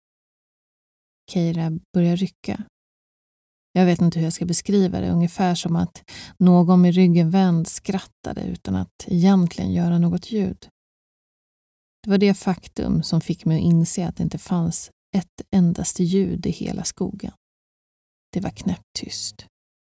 Keira börjar rycka. Jag vet inte hur jag ska beskriva det, ungefär som att någon med ryggen vänd skrattade utan att egentligen göra något ljud. Det var det faktum som fick mig att inse att det inte fanns ett endaste ljud i hela skogen. Det var knäpptyst.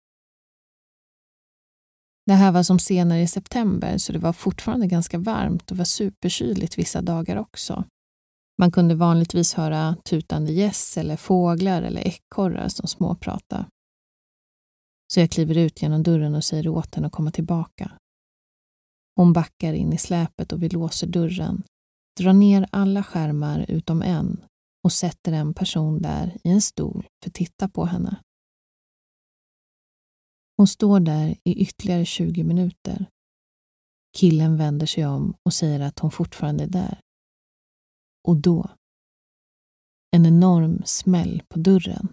Det här var som senare i september så det var fortfarande ganska varmt och var superkyligt vissa dagar också. Man kunde vanligtvis höra tutande gäss eller fåglar eller ekorrar som småpratade. Så jag kliver ut genom dörren och säger åt henne att komma tillbaka. Hon backar in i släpet och vi låser dörren, drar ner alla skärmar utom en och sätter en person där i en stol för att titta på henne. Hon står där i ytterligare tjugo minuter. Killen vänder sig om och säger att hon fortfarande är där. Och då, en enorm smäll på dörren.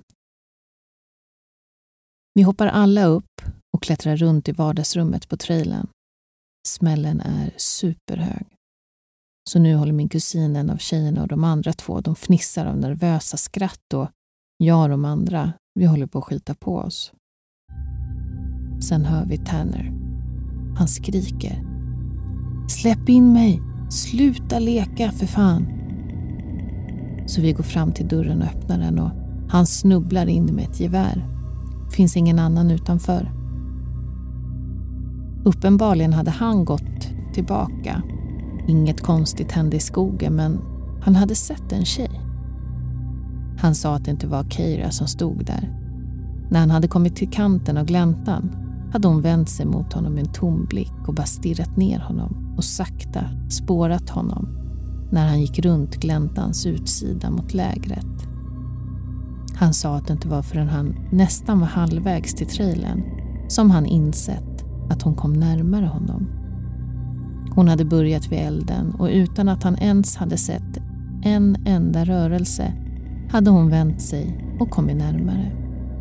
Vi hoppar alla upp och klättrar runt i vardagsrummet på trailern. Smällen är superhög. Så nu håller min kusin, en av tjejerna och de andra två, de fnissar av nervösa skratt och jag och de andra, vi håller på att skita på oss. Sen hör vi Tanner. Han skriker. Släpp in mig! Sluta leka för fan! Så vi går fram till dörren och öppnar den och han snubblar in med ett gevär. Finns ingen annan utanför. Uppenbarligen hade han gått tillbaka. Inget konstigt hände i skogen men han hade sett en tjej. Han sa att det inte var Keira som stod där. När han hade kommit till kanten av gläntan hade hon vänt sig mot honom med en tom blick och bara stirrat ner honom och sakta spårat honom när han gick runt gläntans utsida mot lägret. Han sa att det inte var förrän han nästan var halvvägs till trailern som han insett att hon kom närmare honom. Hon hade börjat vid elden och utan att han ens hade sett en enda rörelse hade hon vänt sig och kommit närmare.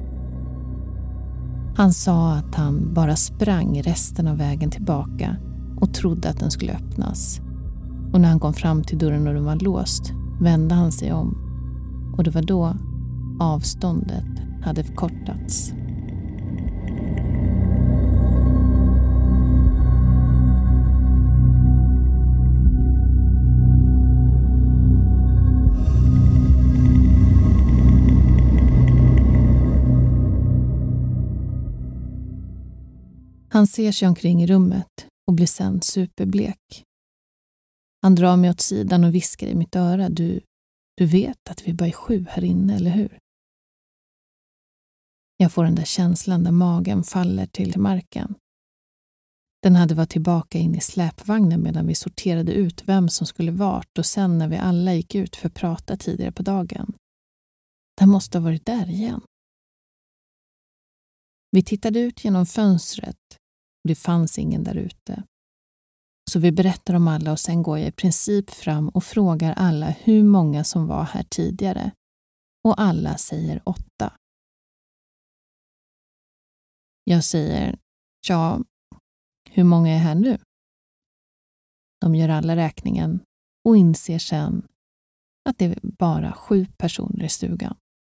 Han sa att han bara sprang resten av vägen tillbaka och trodde att den skulle öppnas. Och när han kom fram till dörren och den var låst vände han sig om. Och det var då avståndet hade förkortats. Han ser sig omkring i rummet och blir sen superblek. Han drar mig åt sidan och viskar i mitt öra. Du, du vet att vi bara är sju här inne, eller hur? Jag får den där känslan där magen faller till marken. Den hade varit tillbaka in i släpvagnen medan vi sorterade ut vem som skulle vart och sen när vi alla gick ut för att prata tidigare på dagen. Den måste ha varit där igen. Vi tittade ut genom fönstret och det fanns ingen där ute. Så vi berättar om alla och sen går jag i princip fram och frågar alla hur många som var här tidigare. Och alla säger åtta. Jag säger, ja, hur många är här nu? De gör alla räkningen och inser sen att det är bara sju personer i stugan.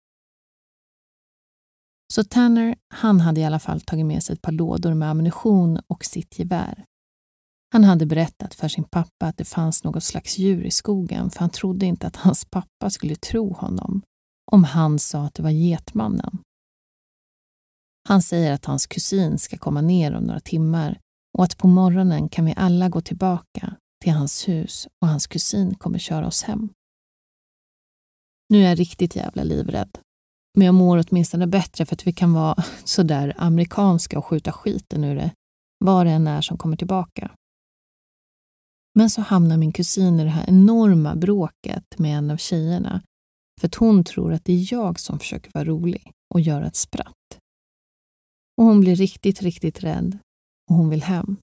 Så Tanner, han hade i alla fall tagit med sig ett par lådor med ammunition och sitt gevär. Han hade berättat för sin pappa att det fanns något slags djur i skogen, för han trodde inte att hans pappa skulle tro honom om han sa att det var getmannen. Han säger att hans kusin ska komma ner om några timmar och att på morgonen kan vi alla gå tillbaka till hans hus och hans kusin kommer köra oss hem. Nu är jag riktigt jävla livrädd. Men jag mår åtminstone bättre för att vi kan vara så där amerikanska och skjuta skiten ur det, vad det än är som kommer tillbaka. Men så hamnar min kusin i det här enorma bråket med en av tjejerna för att hon tror att det är jag som försöker vara rolig och göra ett spratt. Och hon blir riktigt, riktigt rädd och hon vill hem.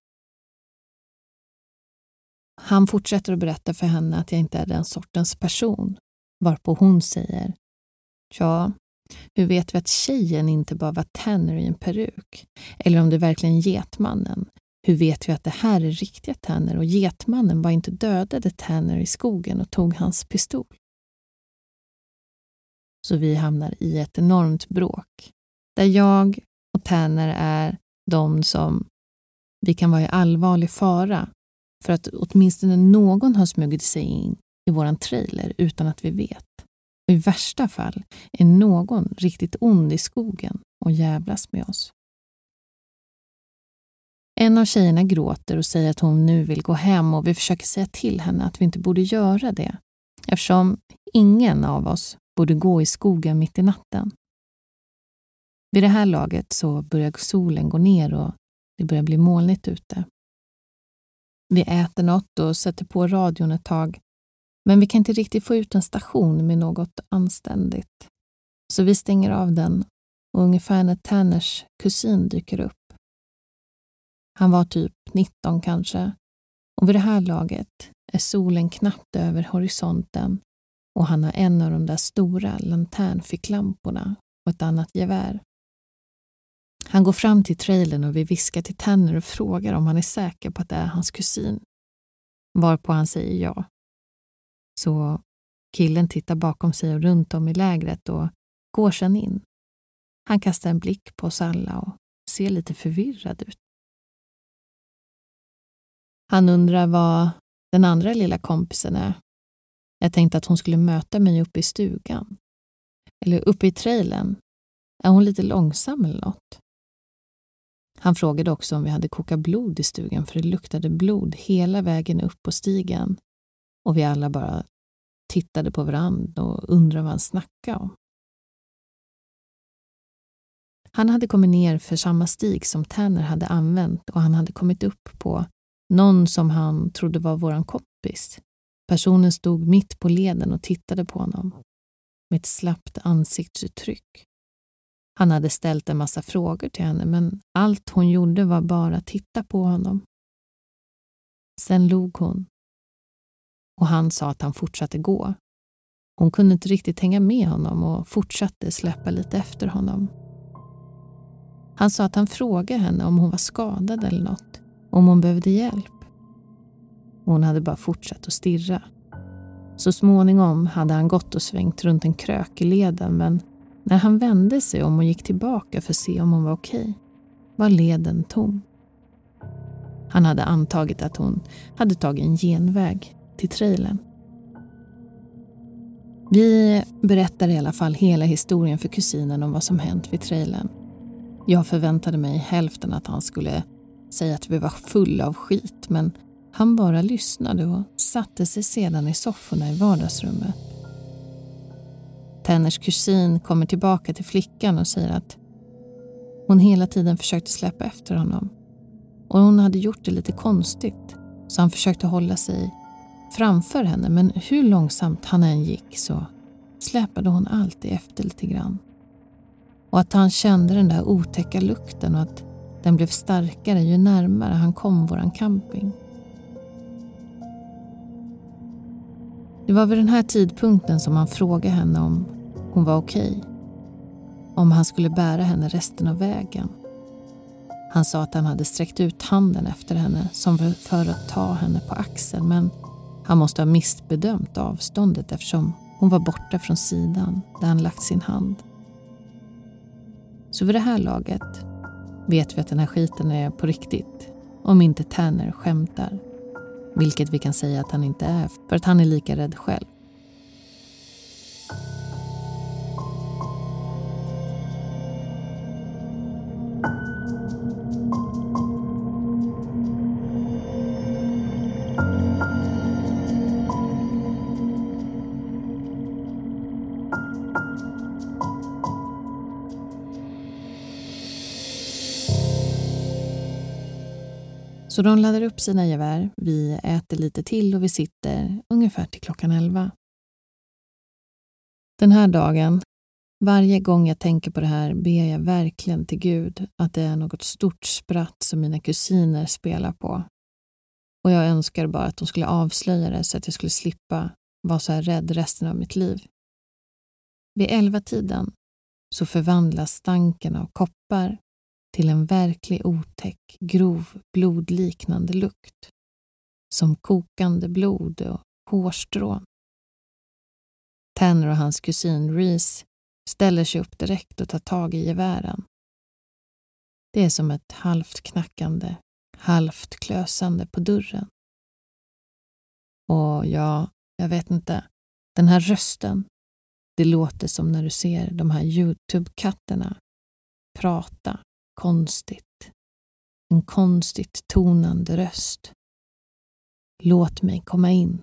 Han fortsätter att berätta för henne att jag inte är den sortens person, varpå hon säger, ja, hur vet vi att tjejen inte bara var Tanner i en peruk? Eller om det verkligen är getmannen? Hur vet vi att det här är riktiga Tanner och getmannen var inte dödade Tanner i skogen och tog hans pistol? Så vi hamnar i ett enormt bråk. Där jag och Tanner är de som vi kan vara i allvarlig fara för att åtminstone någon har smugit sig in i våran trailer utan att vi vet. Och i värsta fall är någon riktigt ond i skogen och jävlas med oss. En av tjejerna gråter och säger att hon nu vill gå hem och vi försöker säga till henne att vi inte borde göra det eftersom ingen av oss borde gå i skogen mitt i natten. Vid det här laget så börjar solen gå ner och det börjar bli molnigt ute. Vi äter något och sätter på radion ett tag, men vi kan inte riktigt få ut en station med något anständigt. Så vi stänger av den och ungefär när Tanners kusin dyker upp. Han var typ nitton kanske och vid det här laget är solen knappt över horisonten och han har en av de där stora lanternficklamporna och ett annat gevär. Han går fram till trailern och vi viskar till Tanner och frågar om han är säker på att det är hans kusin. Varpå han säger ja. Så killen tittar bakom sig och runt om i lägret och går sedan in. Han kastar en blick på oss alla och ser lite förvirrad ut. Han undrar vad den andra lilla kompisen är. Jag tänkte att hon skulle möta mig uppe i stugan. Eller uppe i trailern. Är hon lite långsam eller något? Han frågade också om vi hade kokat blod i stugan för det luktade blod hela vägen upp på stigen. Och vi alla bara tittade på varandra och undrade vad han snackade om. Han hade kommit ner för samma stig som Tanner hade använt och han hade kommit upp på någon som han trodde var våran kompis. Personen stod mitt på leden och tittade på honom med ett slappt ansiktsuttryck. Han hade ställt en massa frågor till henne men allt hon gjorde var bara att titta på honom. Sen log hon. Och han sa att han fortsatte gå. Hon kunde inte riktigt hänga med honom och fortsatte släppa lite efter honom. Han sa att han frågade henne om hon var skadad eller något. Om hon behövde hjälp. Hon hade bara fortsatt att stirra. Så småningom hade han gått och svängt runt en krök i leden men när han vände sig om och gick tillbaka för att se om hon var okej var leden tom. Han hade antagit att hon hade tagit en genväg till trailern. Vi berättar i alla fall hela historien för kusinen om vad som hänt vid trailern. Jag förväntade mig hälften att han skulle säga att vi var fulla av skit men han bara lyssnade och satte sig sedan i sofforna i vardagsrummet. Tanners kusin kommer tillbaka till flickan och säger att hon hela tiden försökte släppa efter honom. Och hon hade gjort det lite konstigt så han försökte hålla sig framför henne men hur långsamt han än gick så släpade hon alltid efter lite grann. och att han kände den där otäcka lukten och att den blev starkare ju närmare han kom våran camping. Det var vid den här tidpunkten som han frågade henne om hon var okej. Om han skulle bära henne resten av vägen. Han sa att han hade sträckt ut handen efter henne som för att ta henne på axeln, men han måste ha missbedömt avståndet eftersom hon var borta från sidan där han lagt sin hand. Så vid det här laget vet vi att den här skiten är på riktigt, om inte Tanner skämtar. Vilket vi kan säga att han inte är, för att han är lika rädd själv. Så de laddar upp sina gevär, vi äter lite till och vi sitter ungefär till klockan elva. Den här dagen, varje gång jag tänker på det här ber jag verkligen till Gud att det är något stort spratt som mina kusiner spelar på. Och jag önskar bara att de skulle avslöja det så att jag skulle slippa vara så här rädd resten av mitt liv. Vid elva tiden så förvandlas stanken av koppar till en verklig otäck, grov, blodliknande lukt. Som kokande blod och hårstrån. Tanner och hans kusin Reese ställer sig upp direkt och tar tag i gevären. Det är som ett halvt knackande, halvt klösande på dörren. Och ja, jag vet inte, den här rösten, det låter som när du ser de här YouTube-katterna prata. Konstigt. En konstigt tonande röst. Låt mig komma in.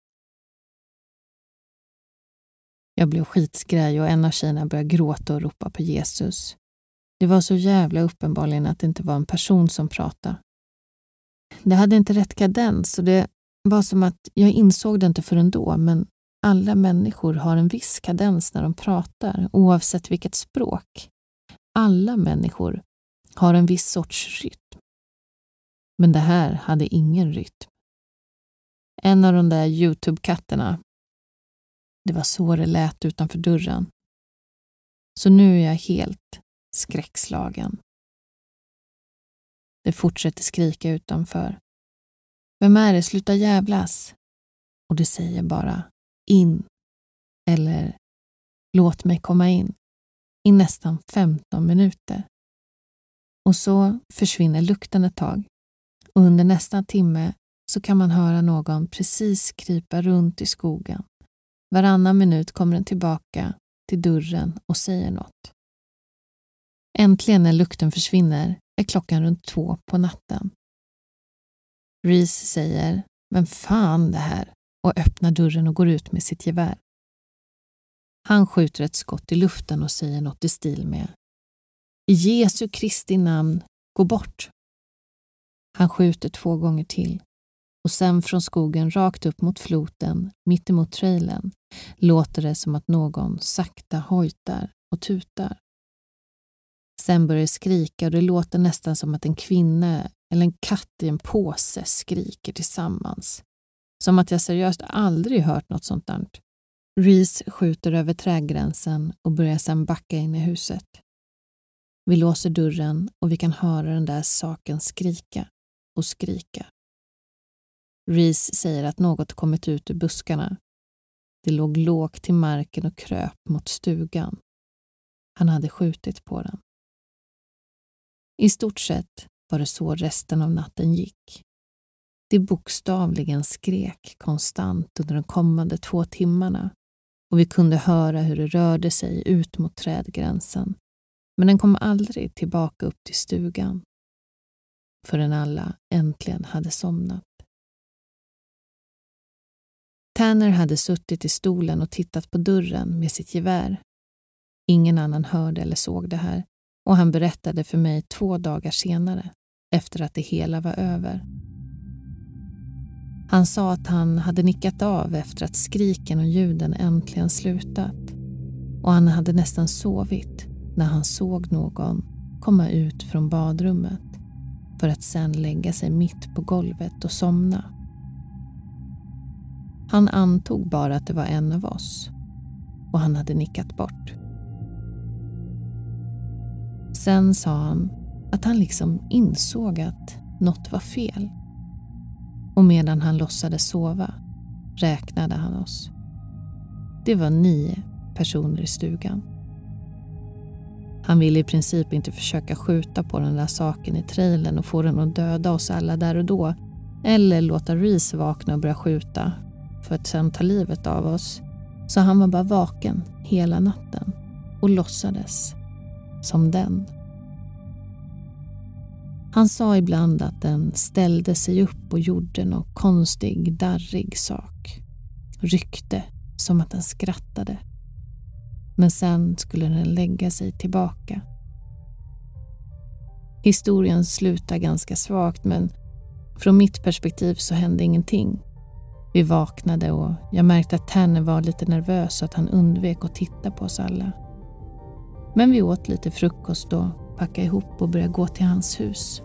Jag blev skitskraj och en av tjejerna började gråta och ropa på Jesus. Det var så jävla uppenbarligen att det inte var en person som pratade. Det hade inte rätt kadens och det var som att jag insåg det inte förrän då, men alla människor har en viss kadens när de pratar, oavsett vilket språk. Alla människor har en viss sorts rytm. Men det här hade ingen rytm. En av de där YouTube-katterna, det var så det lät utanför dörren. Så nu är jag helt skräckslagen. Det fortsätter skrika utanför. Vem är det? Sluta jävlas. Och det säger bara in. Eller låt mig komma in. I nästan femton minuter. Och så försvinner lukten ett tag. Och under nästa timme så kan man höra någon precis krypa runt i skogen. Varannan minut kommer den tillbaka till dörren och säger något. Äntligen när lukten försvinner är klockan runt två på natten. Reese säger, vem fan det här? Och öppnar dörren och går ut med sitt gevär. Han skjuter ett skott i luften och säger något i stil med i Jesu Kristi namn, gå bort. Han skjuter två gånger till och sen från skogen rakt upp mot floten, mitt emot trailen, låter det som att någon sakta hojtar och tutar. Sen börjar det skrika och det låter nästan som att en kvinna eller en katt i en påse skriker tillsammans. Som att jag seriöst aldrig hört något sånt där. Reese skjuter över trädgränsen och börjar sedan backa in i huset. Vi låser dörren och vi kan höra den där saken skrika och skrika. Reese säger att något kommit ut ur buskarna. Det låg lågt till marken och kröp mot stugan. Han hade skjutit på den. I stort sett var det så resten av natten gick. Det bokstavligen skrek konstant under de kommande två timmarna och vi kunde höra hur det rörde sig ut mot trädgränsen. Men den kom aldrig tillbaka upp till stugan förrän alla äntligen hade somnat. Tanner hade suttit i stolen och tittat på dörren med sitt gevär. Ingen annan hörde eller såg det här och han berättade för mig två dagar senare efter att det hela var över. Han sa att han hade nickat av efter att skriken och ljuden äntligen slutat och han hade nästan sovit när han såg någon komma ut från badrummet för att sedan lägga sig mitt på golvet och somna. Han antog bara att det var en av oss och han hade nickat bort. Sen sa han att han liksom insåg att något var fel. Och medan han låtsades sova räknade han oss. Det var nio personer i stugan. Han ville i princip inte försöka skjuta på den där saken i trailern och få den att döda oss alla där och då. Eller låta Reese vakna och börja skjuta för att sen ta livet av oss. Så han var bara vaken hela natten och låtsades som den. Han sa ibland att den ställde sig upp och gjorde någon konstig, darrig sak. Ryckte som att den skrattade. Men sen skulle den lägga sig tillbaka. Historien slutar ganska svagt, men från mitt perspektiv så hände ingenting. Vi vaknade och jag märkte att Tanner var lite nervös så att han undvek att titta på oss alla. Men vi åt lite frukost och packade ihop och började gå till hans hus.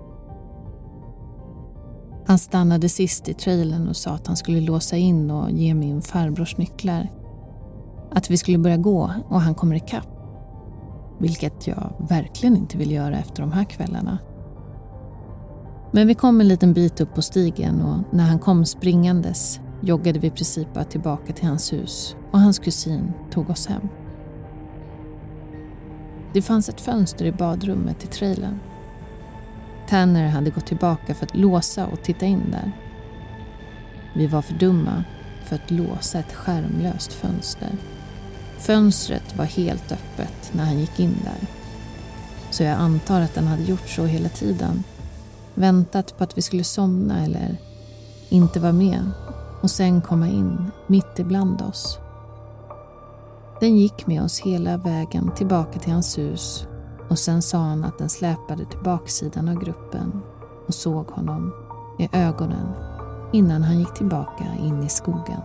Han stannade sist i trailern och sa att han skulle låsa in och ge min farbrors nycklar. Att vi skulle börja gå och han kommer ikapp. Vilket jag verkligen inte vill göra efter de här kvällarna. Men vi kom en liten bit upp på stigen och när han kom springandes joggade vi i princip bara tillbaka till hans hus och hans kusin tog oss hem. Det fanns ett fönster i badrummet i trailern. Tanner hade gått tillbaka för att låsa och titta in där. Vi var för dumma för att låsa ett skärmlöst fönster. Fönstret var helt öppet när han gick in där. Så jag antar att den hade gjort så hela tiden. Väntat på att vi skulle somna eller inte vara med och sen komma in mitt ibland oss. Den gick med oss hela vägen tillbaka till hans hus och sen sa han att den släpade till baksidan av gruppen och såg honom i ögonen innan han gick tillbaka in i skogen.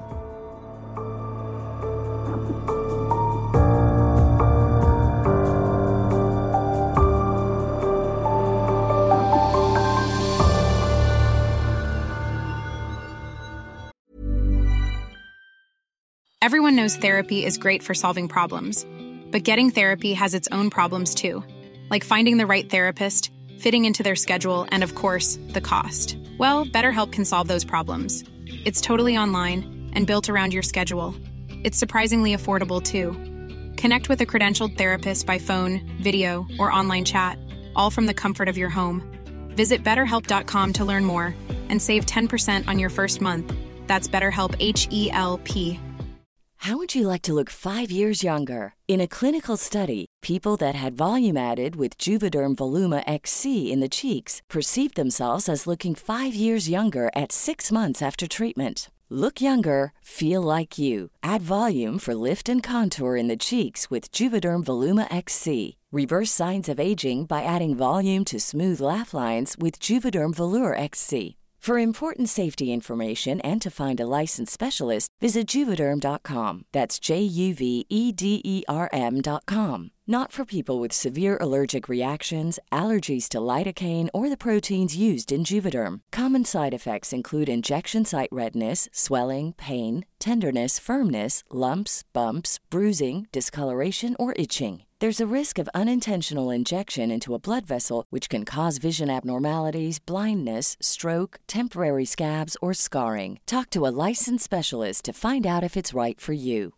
Everyone knows therapy is great for solving problems, but getting therapy has its own problems too, like finding the right therapist, fitting into their schedule, and of course, the cost. Well, BetterHelp can solve those problems. It's totally online and built around your schedule. It's surprisingly affordable too. Connect with a credentialed therapist by phone, video, or online chat, all from the comfort of your home. Visit better help dot com to learn more and save ten percent on your first month. That's BetterHelp, H E L P. How would you like to look five years younger? In a clinical study, people that had volume added with Juvederm Voluma X C in the cheeks perceived themselves as looking five years younger at six months after treatment. Look younger, feel like you. Add volume for lift and contour in the cheeks with Juvederm Voluma X C. Reverse signs of aging by adding volume to smooth laugh lines with Juvederm Volure X C. For important safety information and to find a licensed specialist, visit Juvederm dot com. That's J U V E D E R M dot com. Not for people with severe allergic reactions, allergies to lidocaine, or the proteins used in Juvederm. Common side effects include injection site redness, swelling, pain, tenderness, firmness, lumps, bumps, bruising, discoloration, or itching. There's a risk of unintentional injection into a blood vessel, which can cause vision abnormalities, blindness, stroke, temporary scabs, or scarring. Talk to a licensed specialist to find out if it's right for you.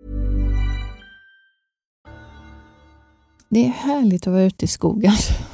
Det är härligt att vara ute i skogen.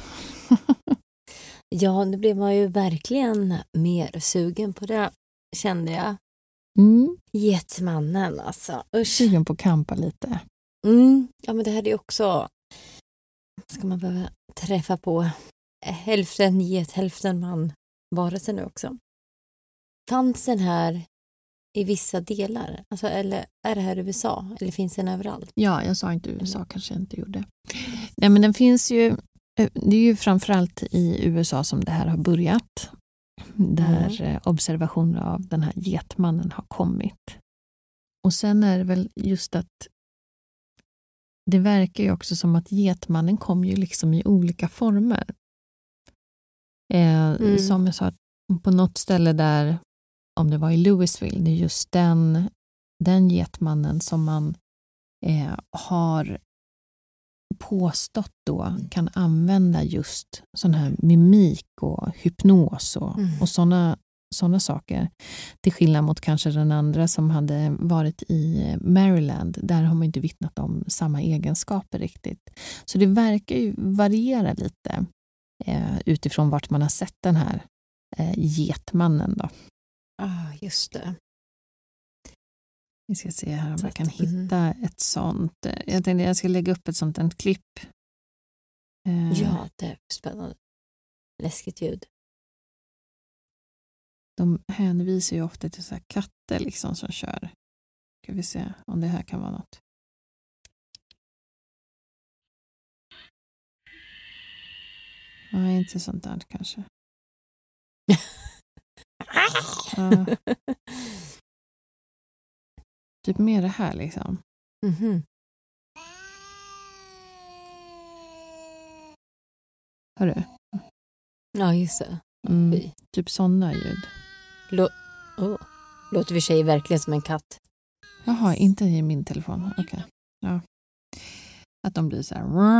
Ja, nu blev man ju verkligen mer sugen på det, kände jag. Mm. Getmannen, alltså. Usch. Sugen på att campa lite. Mm. Ja, men det här är ju också... Ska man behöva träffa på hälften get, hälften man varelse nu också. Fanns den här i vissa delar? Alltså, eller är det här U S A? Eller finns den överallt? Ja, jag sa inte U S A, mm. kanske jag inte gjorde. Nej, men den finns ju... Det är ju framförallt i U S A som det här har börjat. Där mm. observationer av den här getmannen har kommit. Och sen är det väl just att det verkar ju också som att Getmannen kom ju liksom i olika former. Eh, mm. Som jag sa, på något ställe där, om det var i Louisville, det är just den, den Getmannen som man eh, har påstått då kan använda just sån här mimik och hypnos och, mm. och såna, såna saker. Till skillnad mot kanske den andra som hade varit i Maryland. Där har man inte vittnat om samma egenskaper riktigt. Så det verkar ju variera lite eh, utifrån vart man har sett den här eh, Getmannen då. Ah, just det. Vi ska se här om jag kan hitta mm. ett sånt. Jag tänkte jag ska lägga upp ett sånt en klipp. Eh, ja, det är spännande. Läskigt ljud. De hänvisar ju ofta till så här katter liksom som kör. Ska vi se om det här kan vara något. Nej, inte sånt där kanske. uh, typ mer det här liksom. Mhm. Hör du? Ja, just det. Mm, typ sådana ljud. Lå- oh. Låter vi sig verkligen som en katt? Jaha, inte i min telefon. Okej. Okay. Ja. Att de blir så här.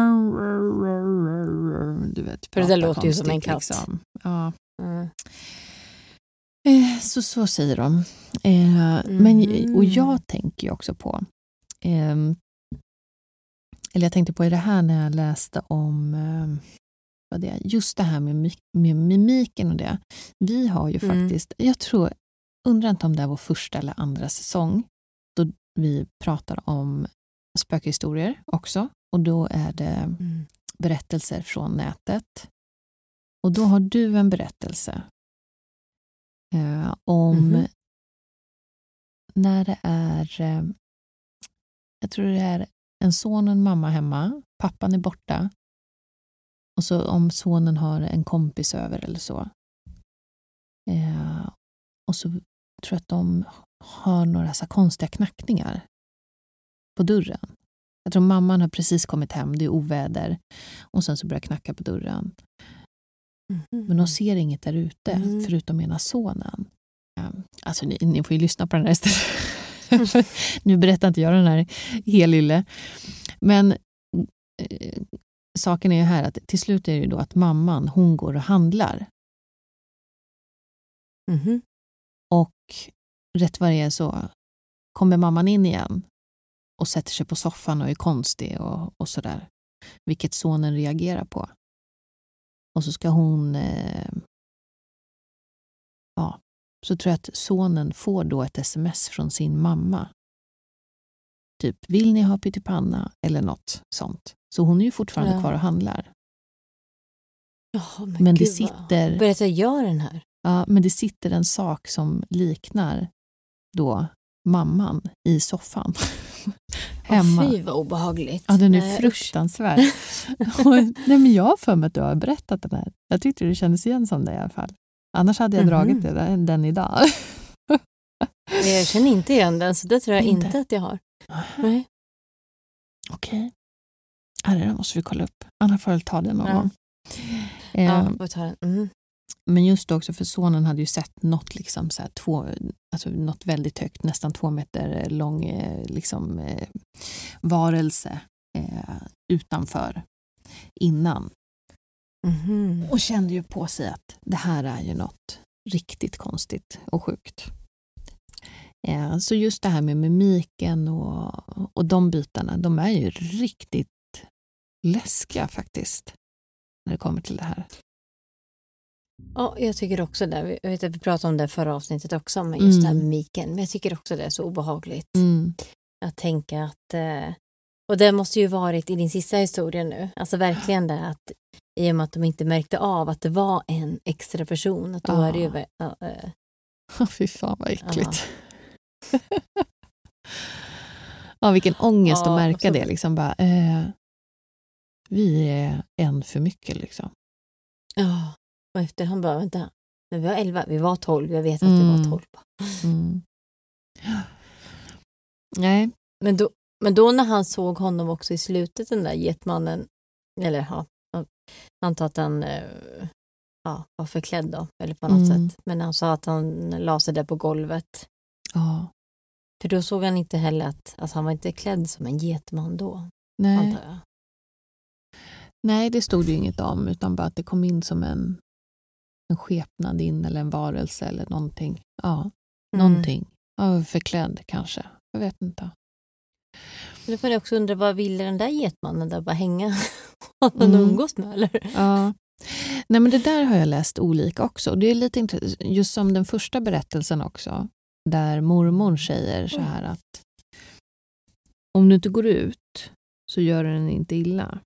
Du vet. För det där låter ju som en katt. Liksom. Ja. Mm. Eh, så så säger de. Eh, mm. Men, och jag tänker ju också på. Eh, eller jag tänkte på i det här när jag läste om. Eh, vad det är. Just det här med, med mimiken och det. Vi har ju mm. faktiskt. Jag tror. Undrar inte om det är vår första eller andra säsong. Då vi pratar om spökhistorier också. Och då är det mm. berättelser från nätet. Och då har du en berättelse eh, om mm. när det är eh, jag tror det är en son och en mamma hemma. Pappan är borta. Och så om sonen har en kompis över eller så. Eh, och så tror jag att de har några så konstiga knackningar på dörren. Jag tror mamman har precis kommit hem, det är oväder. Och sen så börjar knacka på dörren. Mm. Men de ser inget där ute, mm. förutom ena sonen. Alltså ni, ni får ju lyssna på den här istället. Mm. Nu berättar inte jag den här helylle. Men eh, saken är ju här att till slut är det ju då att mamman, hon går och handlar. Mm. Och rätt vad det är så kommer mamman in igen och sätter sig på soffan och är konstig och, och sådär. Vilket sonen reagerar på. Och så ska hon eh, ja, så tror jag att sonen får då ett sms från sin mamma. Typ, vill ni ha pyttipanna eller något sånt. Så hon är ju fortfarande ja. kvar och handlar. Oh, men men Gud, det sitter... Berättar jag den här? Ja, men det sitter en sak som liknar då mamman i soffan. Hemma. Oh, fy vad obehagligt. Ja, den är Nej, fruktansvärd. Nej, men jag har för mig att du har berättat den här. Jag tyckte det kändes igen som det i alla fall. Annars hade jag mm-hmm. dragit det, den idag. Jag känner inte igen den, så det tror jag inte, inte att jag har. Nej. Okej. Okay. Det måste vi kolla upp. Annars får jag ta det någon ja. gång. Ja, får ta den. Mm. Men just också för sonen hade ju sett något liksom så här två, alltså något väldigt högt, nästan två meter lång liksom eh, varelse eh, utanför innan. Mm-hmm. Och kände ju på sig att det här är ju något riktigt konstigt och sjukt. Eh, så just det här med mimiken och, och de bitarna, de är ju riktigt läskiga faktiskt när det kommer till det här. Ja, jag tycker också det. Jag vet att vi pratade om det förra avsnittet också, men just mm. det här med miken. Men jag tycker också det är så obehagligt mm. att tänka att... Och det måste ju varit i din sista historia nu. Alltså verkligen det att i och med att de inte märkte av att det var en extra person. Att då ja. är det ju... Ja, äh. Fy fan vad äckligt. Ja, ja vilken ångest ja, att märka så... det. Liksom bara, eh, vi är en för mycket liksom. Ja. Och efter han bara, vänta, men vi var elva, vi var tolv, jag vet att mm. det var tolv. Mm. Nej. Men då, Men då när han såg honom också i slutet, den där getmannen, eller ja, antar att han ja, var förklädd då, eller på något mm. sätt. Men han sa att han la sig där på golvet. Ja. För då såg han inte heller att alltså han var inte klädd som en getman då, Nej. antar jag. Nej, det stod ju inget om, utan bara att det kom in som en, en skepnad in eller en varelse eller någonting. Ja, mm. någonting. Ja, förklädd kanske. Jag vet inte. Då får jag också undra, vad ville den där getmannen där? Bara hänga och mm. umgås med, eller? Ja. Nej, men det där har jag läst olika också. Det är lite intressant, just som den första berättelsen också. Där mormor säger så här att om du inte går ut så gör den inte illa.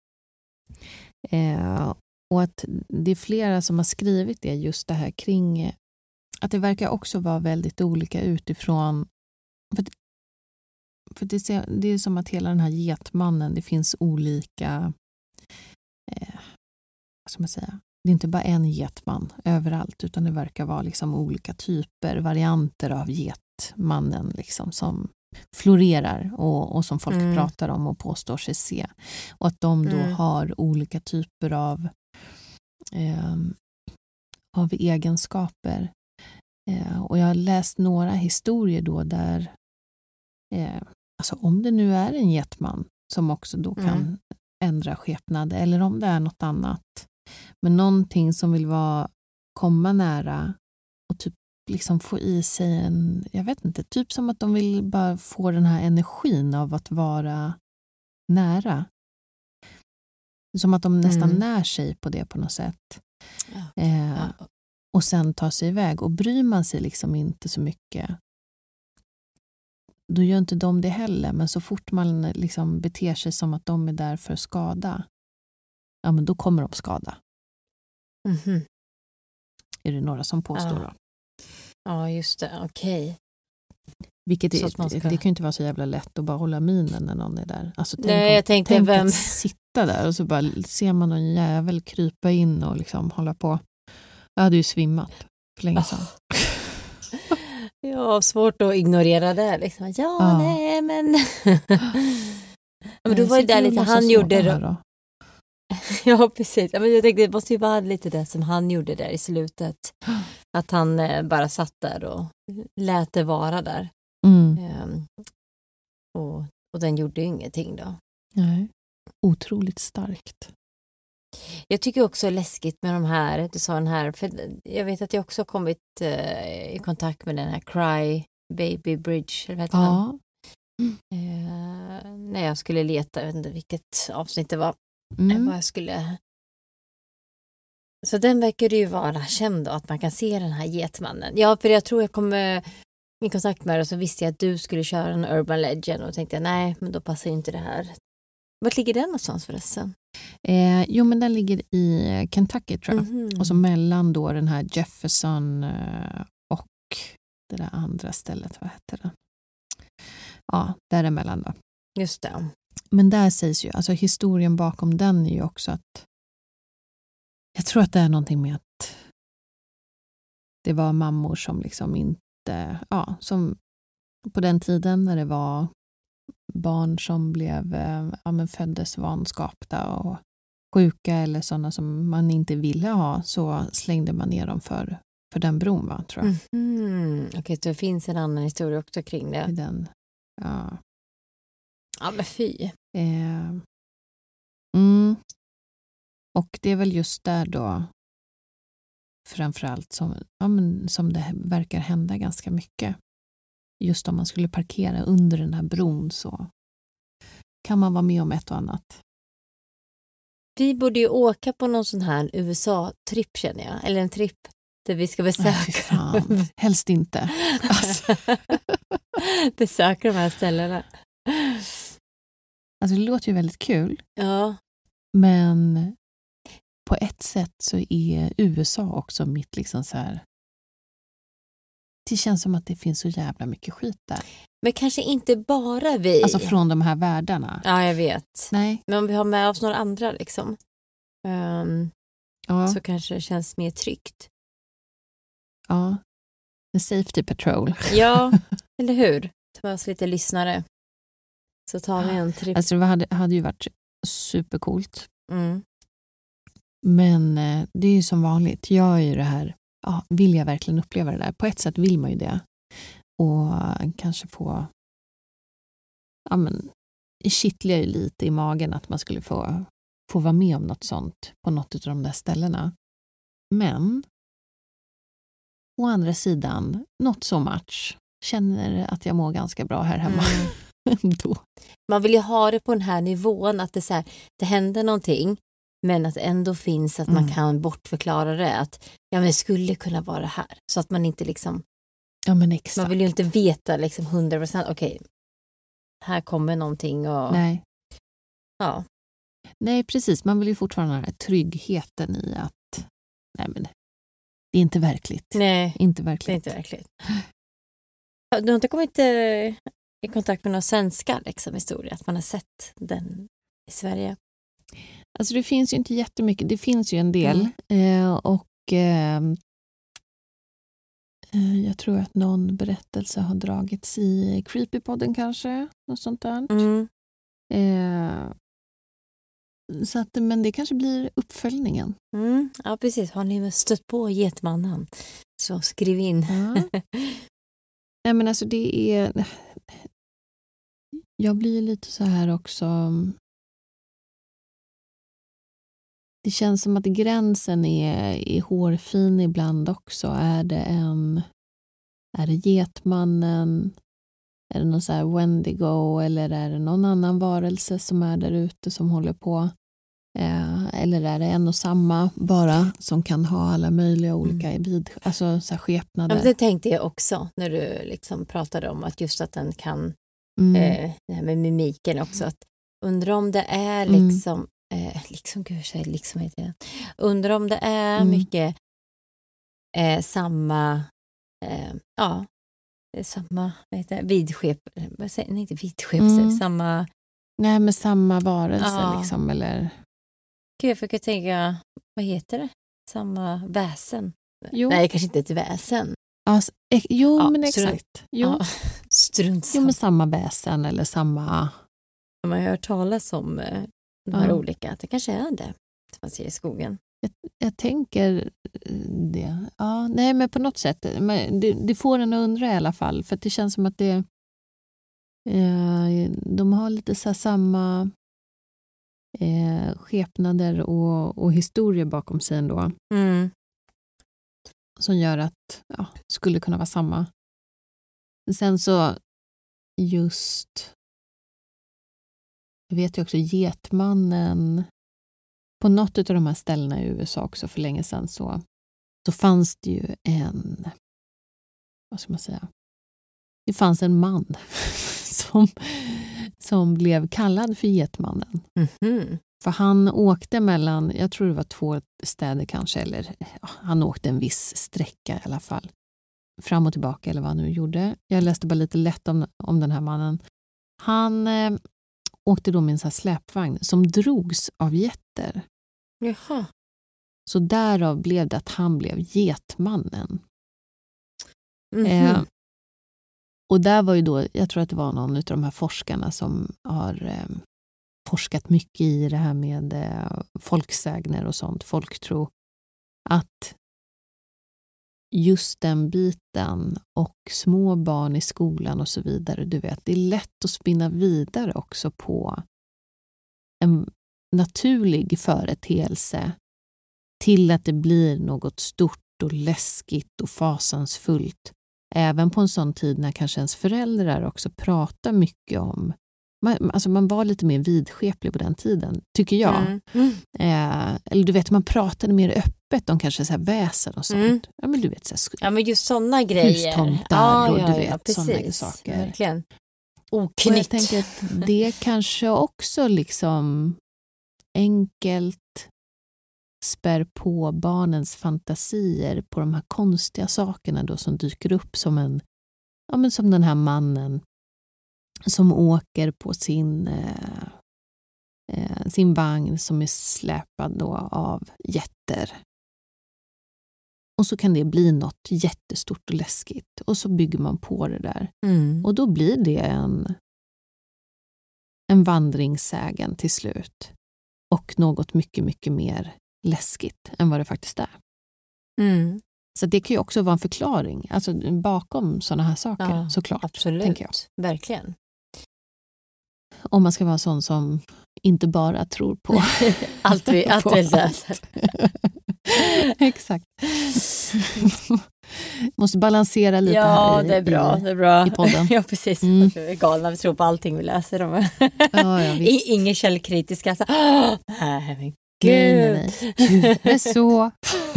Eh, och att det är flera som har skrivit det, just det här kring att det verkar också vara väldigt olika utifrån. För, för det, ser, det är som att hela den här getmannen, det finns olika eh, vad ska man säga, det är inte bara en getman överallt, utan det verkar vara liksom olika typer, varianter av getmannen liksom, som florerar och, och som folk mm. pratar om och påstår sig se. Och att de då mm. har olika typer av eh, av egenskaper. Eh, och jag har läst några historier då där eh, alltså om det nu är en getman som också då kan mm. ändra skepnad, eller om det är något annat. Men någonting som vill vara, komma nära och typ liksom få i sig en, jag vet inte, typ som att de vill bara få den här energin av att vara nära. Som att de nästan mm. när sig på det på något sätt. Ja. Eh, ja. Och sen tar sig iväg. Och bryr man sig liksom inte så mycket, då gör inte de det heller. Men så fort man liksom beter sig som att de är där för att skada, ja, men då kommer de skada. Mm-hmm. Är det några som påstår ja. då? Ja, just det. Okej. Okay. Vilket är, ska... det kan ju inte vara så jävla lätt att bara hålla minen när någon är där. Alltså, tänk Nej, om, jag tänkte tänk vem... att sitta där och så bara ser man någon jävel krypa in och liksom hålla på. Jag hade ju svimmat för länge sedan. Oh. Ja, svårt att ignorera det. Liksom. Ja, ja, nej, men... men då var det där lite han gjorde det. Då. Ja, precis. Men jag tänkte det måste ju vara lite det som han gjorde där i slutet. Att han bara satt där och lät det vara där. Mm. Um, och, och den gjorde ju ingenting då. Nej. Otroligt starkt. Jag tycker också det är läskigt med de här, du sa den här, för jag vet att jag också har kommit uh, i kontakt med den här Cry Baby Bridge, eller vad heter ja. han? Mm. Uh, när jag skulle leta, jag vet inte vilket avsnitt det var. Mm. Vad jag skulle... Så den verkar ju vara känd då, att man kan se den här getmannen. Ja, för jag tror jag kom i kontakt med dig och så visste jag att du skulle köra en Urban Legend och tänkte nej, men då passar ju inte det här. Vart ligger den någonstans förresten? Eh, jo, men den ligger i Kentucky tror jag. Mm-hmm. Och så mellan då den här Jefferson och det där andra stället, vad heter det? Ja, däremellan då. Just det. Men där sägs ju, alltså historien bakom den är ju också att jag tror att det är någonting med att det var mammor som liksom inte, ja, som på den tiden när det var barn som blev, ja men föddes vanskapta och sjuka eller sådana som man inte ville ha, så slängde man ner dem för, för den bron, va, tror jag. Mm-hmm. Okej, okay, så det finns en annan historia också kring det. I den, ja. Ja, men fy. Eh, mm. Och det är väl just där då framförallt som, ja, men som det verkar hända ganska mycket. Just om man skulle parkera under den här bron så kan man vara med om ett och annat. Vi borde ju åka på någon sån här U S A-tripp, känner jag. Eller en tripp där vi ska besöka. Äh, helst inte. Alltså. Besöka de här ställena. Alltså det låter ju väldigt kul. Ja. Men på ett sätt så är U S A också mitt liksom så här. Det känns som att det finns så jävla mycket skit där. Men kanske inte bara vi. Alltså från de här världarna. Ja, jag vet. Nej. Men om vi har med oss några andra liksom. Um, ja. Så kanske det känns mer tryggt. Ja. The safety patrol. Ja, eller hur? Ta med oss lite lyssnare. Så tar vi en tripp. Alltså det hade, hade ju varit supercoolt. Mm. Men eh, det är ju som vanligt. Jag är ju det här, ja, vill jag verkligen uppleva det där? På ett sätt vill man ju det. Och kanske få, ja men, det kittlar ju lite i magen att man skulle få, få vara med om något sånt på något av de där ställena. Men å andra sidan, not so much. Känner att jag mår ganska bra här hemma. Mm. Då. Man vill ju ha det på den här nivån att det, så här, det händer någonting, men att det ändå finns att mm. man kan bortförklara det. Att ja, men det skulle kunna vara här. Så att man inte liksom, ja, men exakt. Man vill ju inte veta liksom hundra procent, okej, okay, här kommer någonting. Och, nej. Ja. Nej, precis. Man vill ju fortfarande ha tryggheten i att nej, men det är inte verkligt. Nej, inte verkligt. det är inte verkligt. Du har inte kommit i kontakt med några svenskar liksom, historia, att man har sett den i Sverige? Alltså det finns ju inte jättemycket. Det finns ju en del. Mm. Eh, och eh, jag tror att någon berättelse har dragits i Creepypodden kanske. Något sånt där. Mm. Eh, så att, men det kanske blir uppföljningen. Mm. Ja, precis. Har ni stött på Getmannen? Så skriv in. Ja. Nej, men alltså det är... Jag blir lite så här också... Det känns som att gränsen är, är hårfin ibland också. Är det en... Är det Getmannen? Är det någon så här Wendigo? Eller är det någon annan varelse som är där ute som håller på? Eh, eller är det en och samma bara som kan ha alla möjliga olika mm. vid, alltså så här skepnader? Ja, det tänkte jag också när du liksom pratade om att just att den kan mm. eh, det här med mimiken också, att undrar om det är liksom mm. eh, liksom gud säger liksom heter det. Undrar om det är mm. mycket eh, samma eh, ja samma vad heter det, vidskep vad säger nej inte vidskep mm. samma nej men samma varelse ja. liksom eller Gud, jag försöker tänka, vad heter det? Samma väsen. Jo. Nej, kanske inte ett väsen. Ja, e- jo, ja, men exakt. Jo. Ja, strunt jo, men samma väsen eller samma... Man har hört talas om eh, de här ja. olika, att det kanske är det som man ser i skogen. Jag, jag tänker det. Ja, nej, men på något sätt. Det, det får en att undra i alla fall. För att det känns som att det... Eh, de har lite så här samma... Eh, skepnader och, och historier bakom sig ändå. Mm. Som gör att ja, skulle kunna vara samma. Sen så just jag vet ju också Getmannen på något av de här ställena i U S A också för länge sedan så, så fanns det ju en vad ska man säga det fanns en man som som blev kallad för Getmannen. Mm-hmm. För han åkte mellan, jag tror det var två städer kanske, eller ja, han åkte en viss sträcka i alla fall. Fram och tillbaka eller vad han nu gjorde. Jag läste bara lite lätt om, om den här mannen. Han eh, åkte då med en sån här släpvagn som drogs av getter. Jaha. Så därav blev det att han blev Getmannen. Mm-hmm. Eh, och där var ju då, jag tror att det var någon av de här forskarna som har eh, forskat mycket i det här med eh, folksägner och sånt, folktro. Att just den biten och små barn i skolan och så vidare, du vet, det är lätt att spinna vidare också på en naturlig företeelse till att det blir något stort och läskigt och fasansfullt. Även på en sån tid när kanske ens föräldrar också pratar mycket om, man, alltså man var lite mer vidskeplig på den tiden, tycker jag. Mm. Mm. Eh, eller du vet, man pratade mer öppet om kanske så här väsen och sånt. Mm. Ja, men du vet, så här, ja, men just sådana grejer. Hustomtar ja, och ja, du ja, vet, precis. sådana saker. Verkligen. Och jag tänker att det kanske också liksom enkelt spär på barnens fantasier på de här konstiga sakerna då som dyker upp som en, ja men som den här mannen som åker på sin eh, eh, sin vagn som är släpad då av jätter. Och så kan det bli något jättestort och läskigt och så bygger man på det där. Mm. Och då blir det en en vandringssägen till slut. Och något mycket, mycket mer läskigt än vad det faktiskt är. Mm. Så det kan ju också vara en förklaring. Alltså bakom sådana här saker, Ja, såklart. absolut, tänker jag. verkligen. Om man ska vara sån som inte bara tror på allt vi, allt på vi läser. Exakt. Måste balansera lite ja, här i, det är bra, i, det är bra. i podden. ja, precis. Mm. Vi är galna, vi tror på allting vi läser. Om. ja, ja, visst. Ingen källkritisk. Alltså. Nej, men Gud. gud. Nej, nej, nej. Gud, det är så.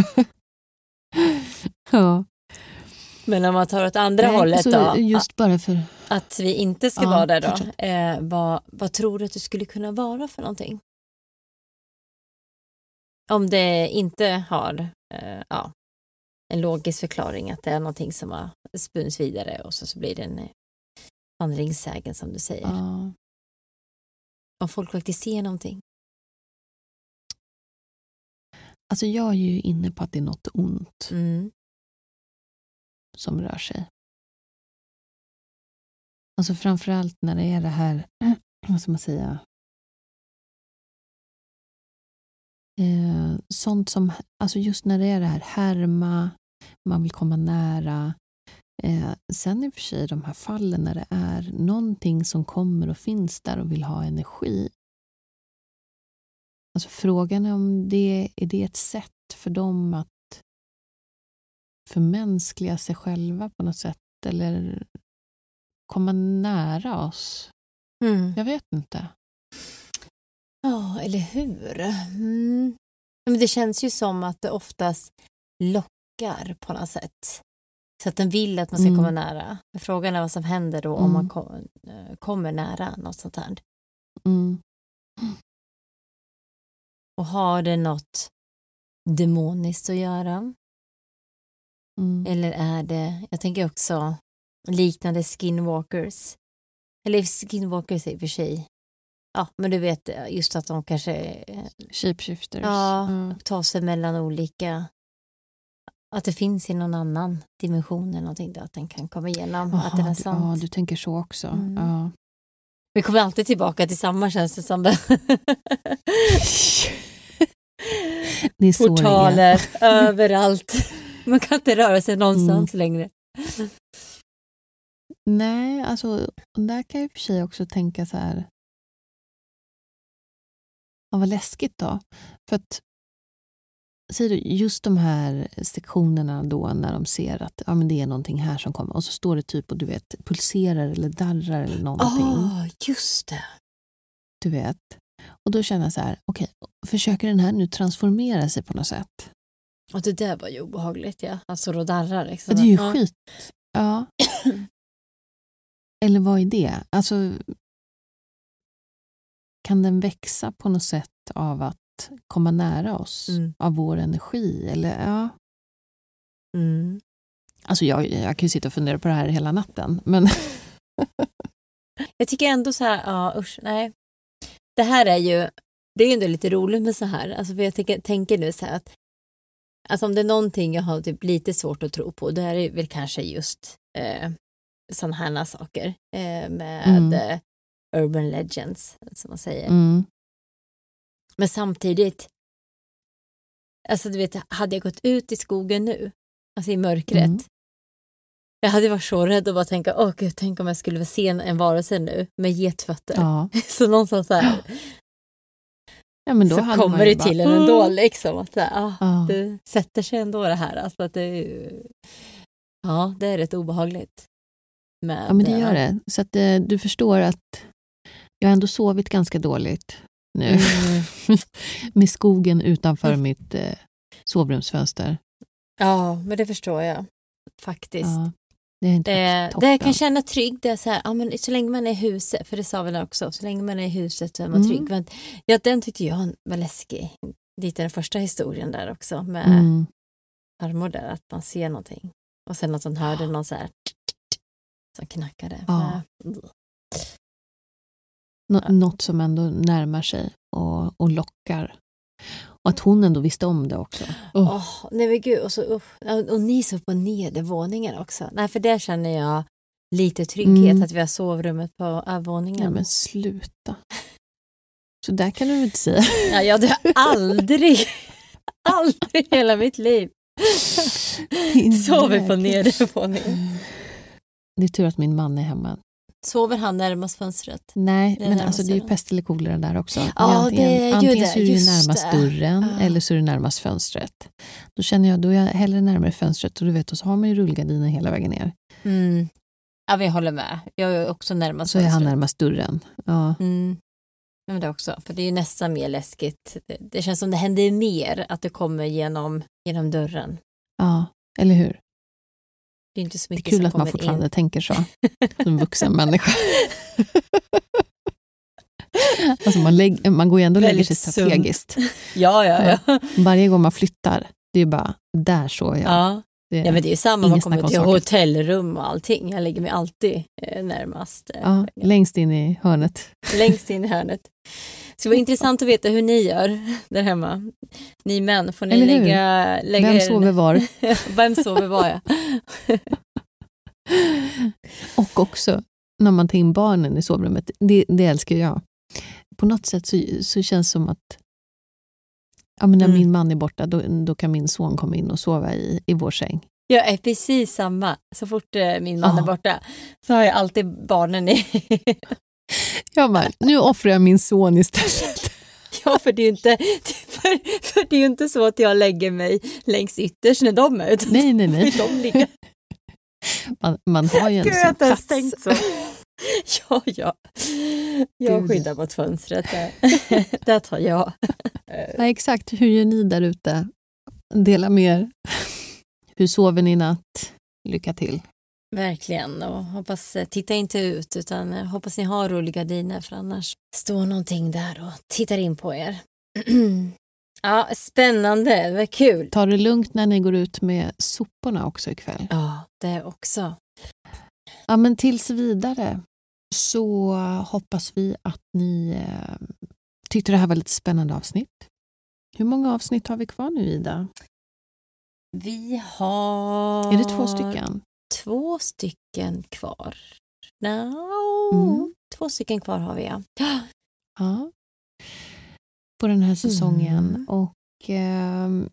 ja. Men om man tar åt andra nej, hållet då. Just bara för... Att vi inte ska ja, vara där då. Eh, vad, vad tror du att det skulle kunna vara för någonting? Om det inte har eh, ja, en logisk förklaring att det är någonting som har spunns vidare och så, så blir det en eh, vandringssägen som du säger. Ja. Om folk faktiskt ser någonting. Alltså jag är ju inne på att det är något ont mm. som rör sig. Alltså framförallt när det är det här, vad ska man säga, eh, sånt som, alltså just när det är det här härma, man vill komma nära. Eh, sen i och för sig de här fallen när det är någonting som kommer och finns där och vill ha energi. Alltså frågan är om det är det ett sätt för dem att förmänskliga sig själva på något sätt eller komma nära oss. Mm. Jag vet inte. Ja, eller hur? Mm. Men det känns ju som att det oftast lockar på något sätt. Så att den vill att man ska mm. komma nära. Frågan är vad som händer då mm. om man kom, kommer nära något sånt här. Mm. Och har det något demoniskt att göra? Mm. Eller är det, jag tänker också liknande skinwalkers. Eller skinwalkers i och för sig. Ja, men du vet just att de kanske shapeshifters. Ja, mm. tar sig mellan olika, att det finns i någon annan dimension eller någonting då, att den kan komma igenom. Aha, att det är sant. Du, ja, du tänker så också. Mm. Ja. Vi kommer alltid tillbaka till samma känsla som det. Det är så portaler överallt. Man kan inte röra sig någonstans mm. längre. Nej, alltså där kan jag i och för sig också tänka så här. Ja, vad läskigt då. För att säger du, just de här sektionerna då när de ser att ja, men det är någonting här som kommer och så står det typ och du vet pulserar eller darrar eller någonting. Ja, oh, just det. Du vet. Och då känner jag så här, okej, okay, försöker den här nu transformera sig på något sätt? Och det där var ju obehagligt, ja. Alltså då darrar liksom. Det är ju ja. skit. Ja. Eller vad är det? Alltså kan den växa på något sätt av att komma nära oss mm. av vår energi eller ja. Mm. Alltså jag, jag kan ju sitta och fundera på det här hela natten men jag tycker ändå så här, ja usch, nej. Det här är ju, det är ju ändå lite roligt med så här, alltså för jag tänker, tänker nu så här att alltså om det är någonting jag har typ lite svårt att tro på, det här är väl kanske just eh, sådana här saker eh, med mm. eh, urban legends som man säger. Mm. Men samtidigt, alltså du vet, hade jag gått ut i skogen nu, alltså i mörkret, mm. jag hade varit så rädd att bara tänka, åh gud, tänk om jag skulle se en, en varelse nu med getfötter. Ja. Så någonstans så här, ja, men då så hade kommer man det bara, till en ändå liksom, att så här, ah, ja. det sätter sig ändå det här, alltså att det är, ja, det är rätt obehagligt. Med, ja, men det gör det. Så att eh, du förstår att jag har ändå sovit ganska dåligt nu. Mm. Med skogen utanför mm. mitt eh, sovrumsfönster. Ja, men det förstår jag. Faktiskt. Ja, det är inte det, det jag kan känna trygg, det är så här, ja, men så länge man är i huset, för det sa vi också, så länge man är i huset så är man mm. trygg. Men, ja, den tyckte jag var läskig. Det är den första historien där också med mm. farmor där, att man ser någonting. Och sen att hon hörde någon så här som knackade. Ja. Mm. Nå- ja. Något som ändå närmar sig och, och lockar. Och att hon ändå visste om det också. Oh. Oh, nej men gud. Och, så, uh, och ni så på nedervåningen också. Nej, för där känner jag, lite trygghet Mm. att vi har sovrummet på övervåningen. Ja, men sluta. Så där kan du inte säga. Ja, jag hade aldrig, aldrig i hela mitt liv sover på nedervåningen. Det är tur att min man är hemma. Sover han närmast fönstret? Nej, Det är men närmast alltså det är ju dörren. pest eller kolera där också. Ja, antingen, det är ju antingen det, så är det ju just närmast det. dörren Ja. eller så är det närmast fönstret. Då känner jag, då är jag hellre närmare fönstret och du vet, och så har man ju rullgardinen hela vägen ner. Mm. Ja, vi håller med. Jag är också närmast Så är han fönstret. närmast dörren. Ja. Mm. Men det också, för det är ju nästan mer läskigt. Det, det känns som det händer mer att det kommer genom, genom dörren. ja, eller hur? Det är inte så Det är mycket kul som att man kommer fortfarande in. tänker så. Som vuxen människa. Alltså man, lägg, man går ju ändå och lägger sig Väldigt strategiskt. Ja, ja, ja. Varje gång man flyttar, det är bara, där så jag. Ja. Det är, Ja, men det är ju samma ingen man snack kommer om till saker. hotellrum och allting. Jag lägger mig alltid eh, närmast. Eh, Ja, längst in i hörnet. längst in i hörnet. Så det var intressant att veta hur ni gör där hemma. Ni män, får ni Eller hur? lägga... lägga Vem er- sover var? Vem sover var, ja. Och också när man tar in barnen i sovrummet, det, det älskar jag. På något sätt så, så känns det som att ja, men när Mm. min man är borta, då, då kan min son komma in och sova i, i vår säng. Jag är precis samma. Så fort eh, min man Ja. är borta så har jag alltid barnen i. Jag bara, nu offrar jag min son istället. Ja, för det är ju inte, för, för det är ju inte så att jag lägger mig längs ytterst när de är. Utan Nej, nej, nej. de ligger. Man, man har ju en Gud, jag sån har inte ens plats. tänkt så. Ja, ja. Jag Gud. skyddar mot fönstret. Där tar jag. Ja, exakt, hur gör ni där ute? Dela med er. Hur sover ni i natt? Lycka till. Verkligen. Och hoppas, titta inte ut utan hoppas ni har rullgardiner för annars står någonting där och tittar in på er. Ja, spännande. Det var kul. Ta det lugnt när ni går ut med soporna också ikväll. Ja, det också. Ja, men tills vidare så hoppas vi att ni eh, tyckte det här var lite spännande avsnitt. Hur många avsnitt har vi kvar nu, Ida? Vi har... Är det två stycken? Två stycken kvar. No, Mm. Två stycken kvar har vi, ja. Ja. På den här säsongen. Mm. Och ehm,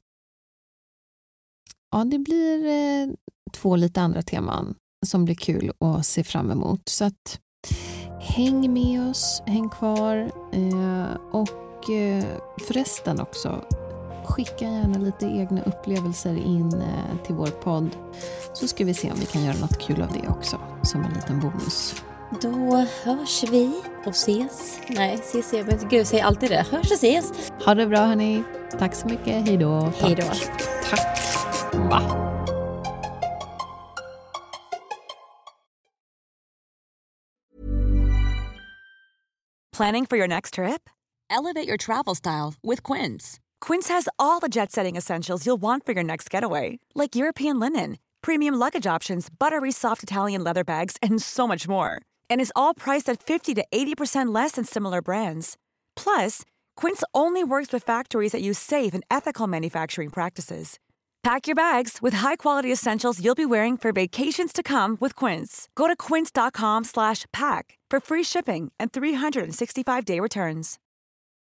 ja, det blir eh, två lite andra teman som blir kul att se fram emot. Så att häng med oss, häng kvar. Eh, och eh, förresten också, skicka gärna lite egna upplevelser in eh, till vår podd. Så ska vi se om vi kan göra något kul av det också, som en liten bonus. Då hörs vi och ses. Nej, ses jag. Men gud, säger alltid det. Hörs och ses. Ha det bra, hörni. Tack så mycket. Hej då. Hej då. Tack. Va? Planning for your next trip? Elevate your travel style with Quince. Quince has all the jet-setting essentials you'll want for your next getaway, like European linen, premium luggage options, buttery soft Italian leather bags, and so much more. And is all priced at fifty to eighty percent less than similar brands. Plus, Quince only works with factories that use safe and ethical manufacturing practices. Pack your bags with high-quality essentials you'll be wearing for vacations to come with Quince. Go to quince dot com slash pack for free shipping and three sixty-five day returns.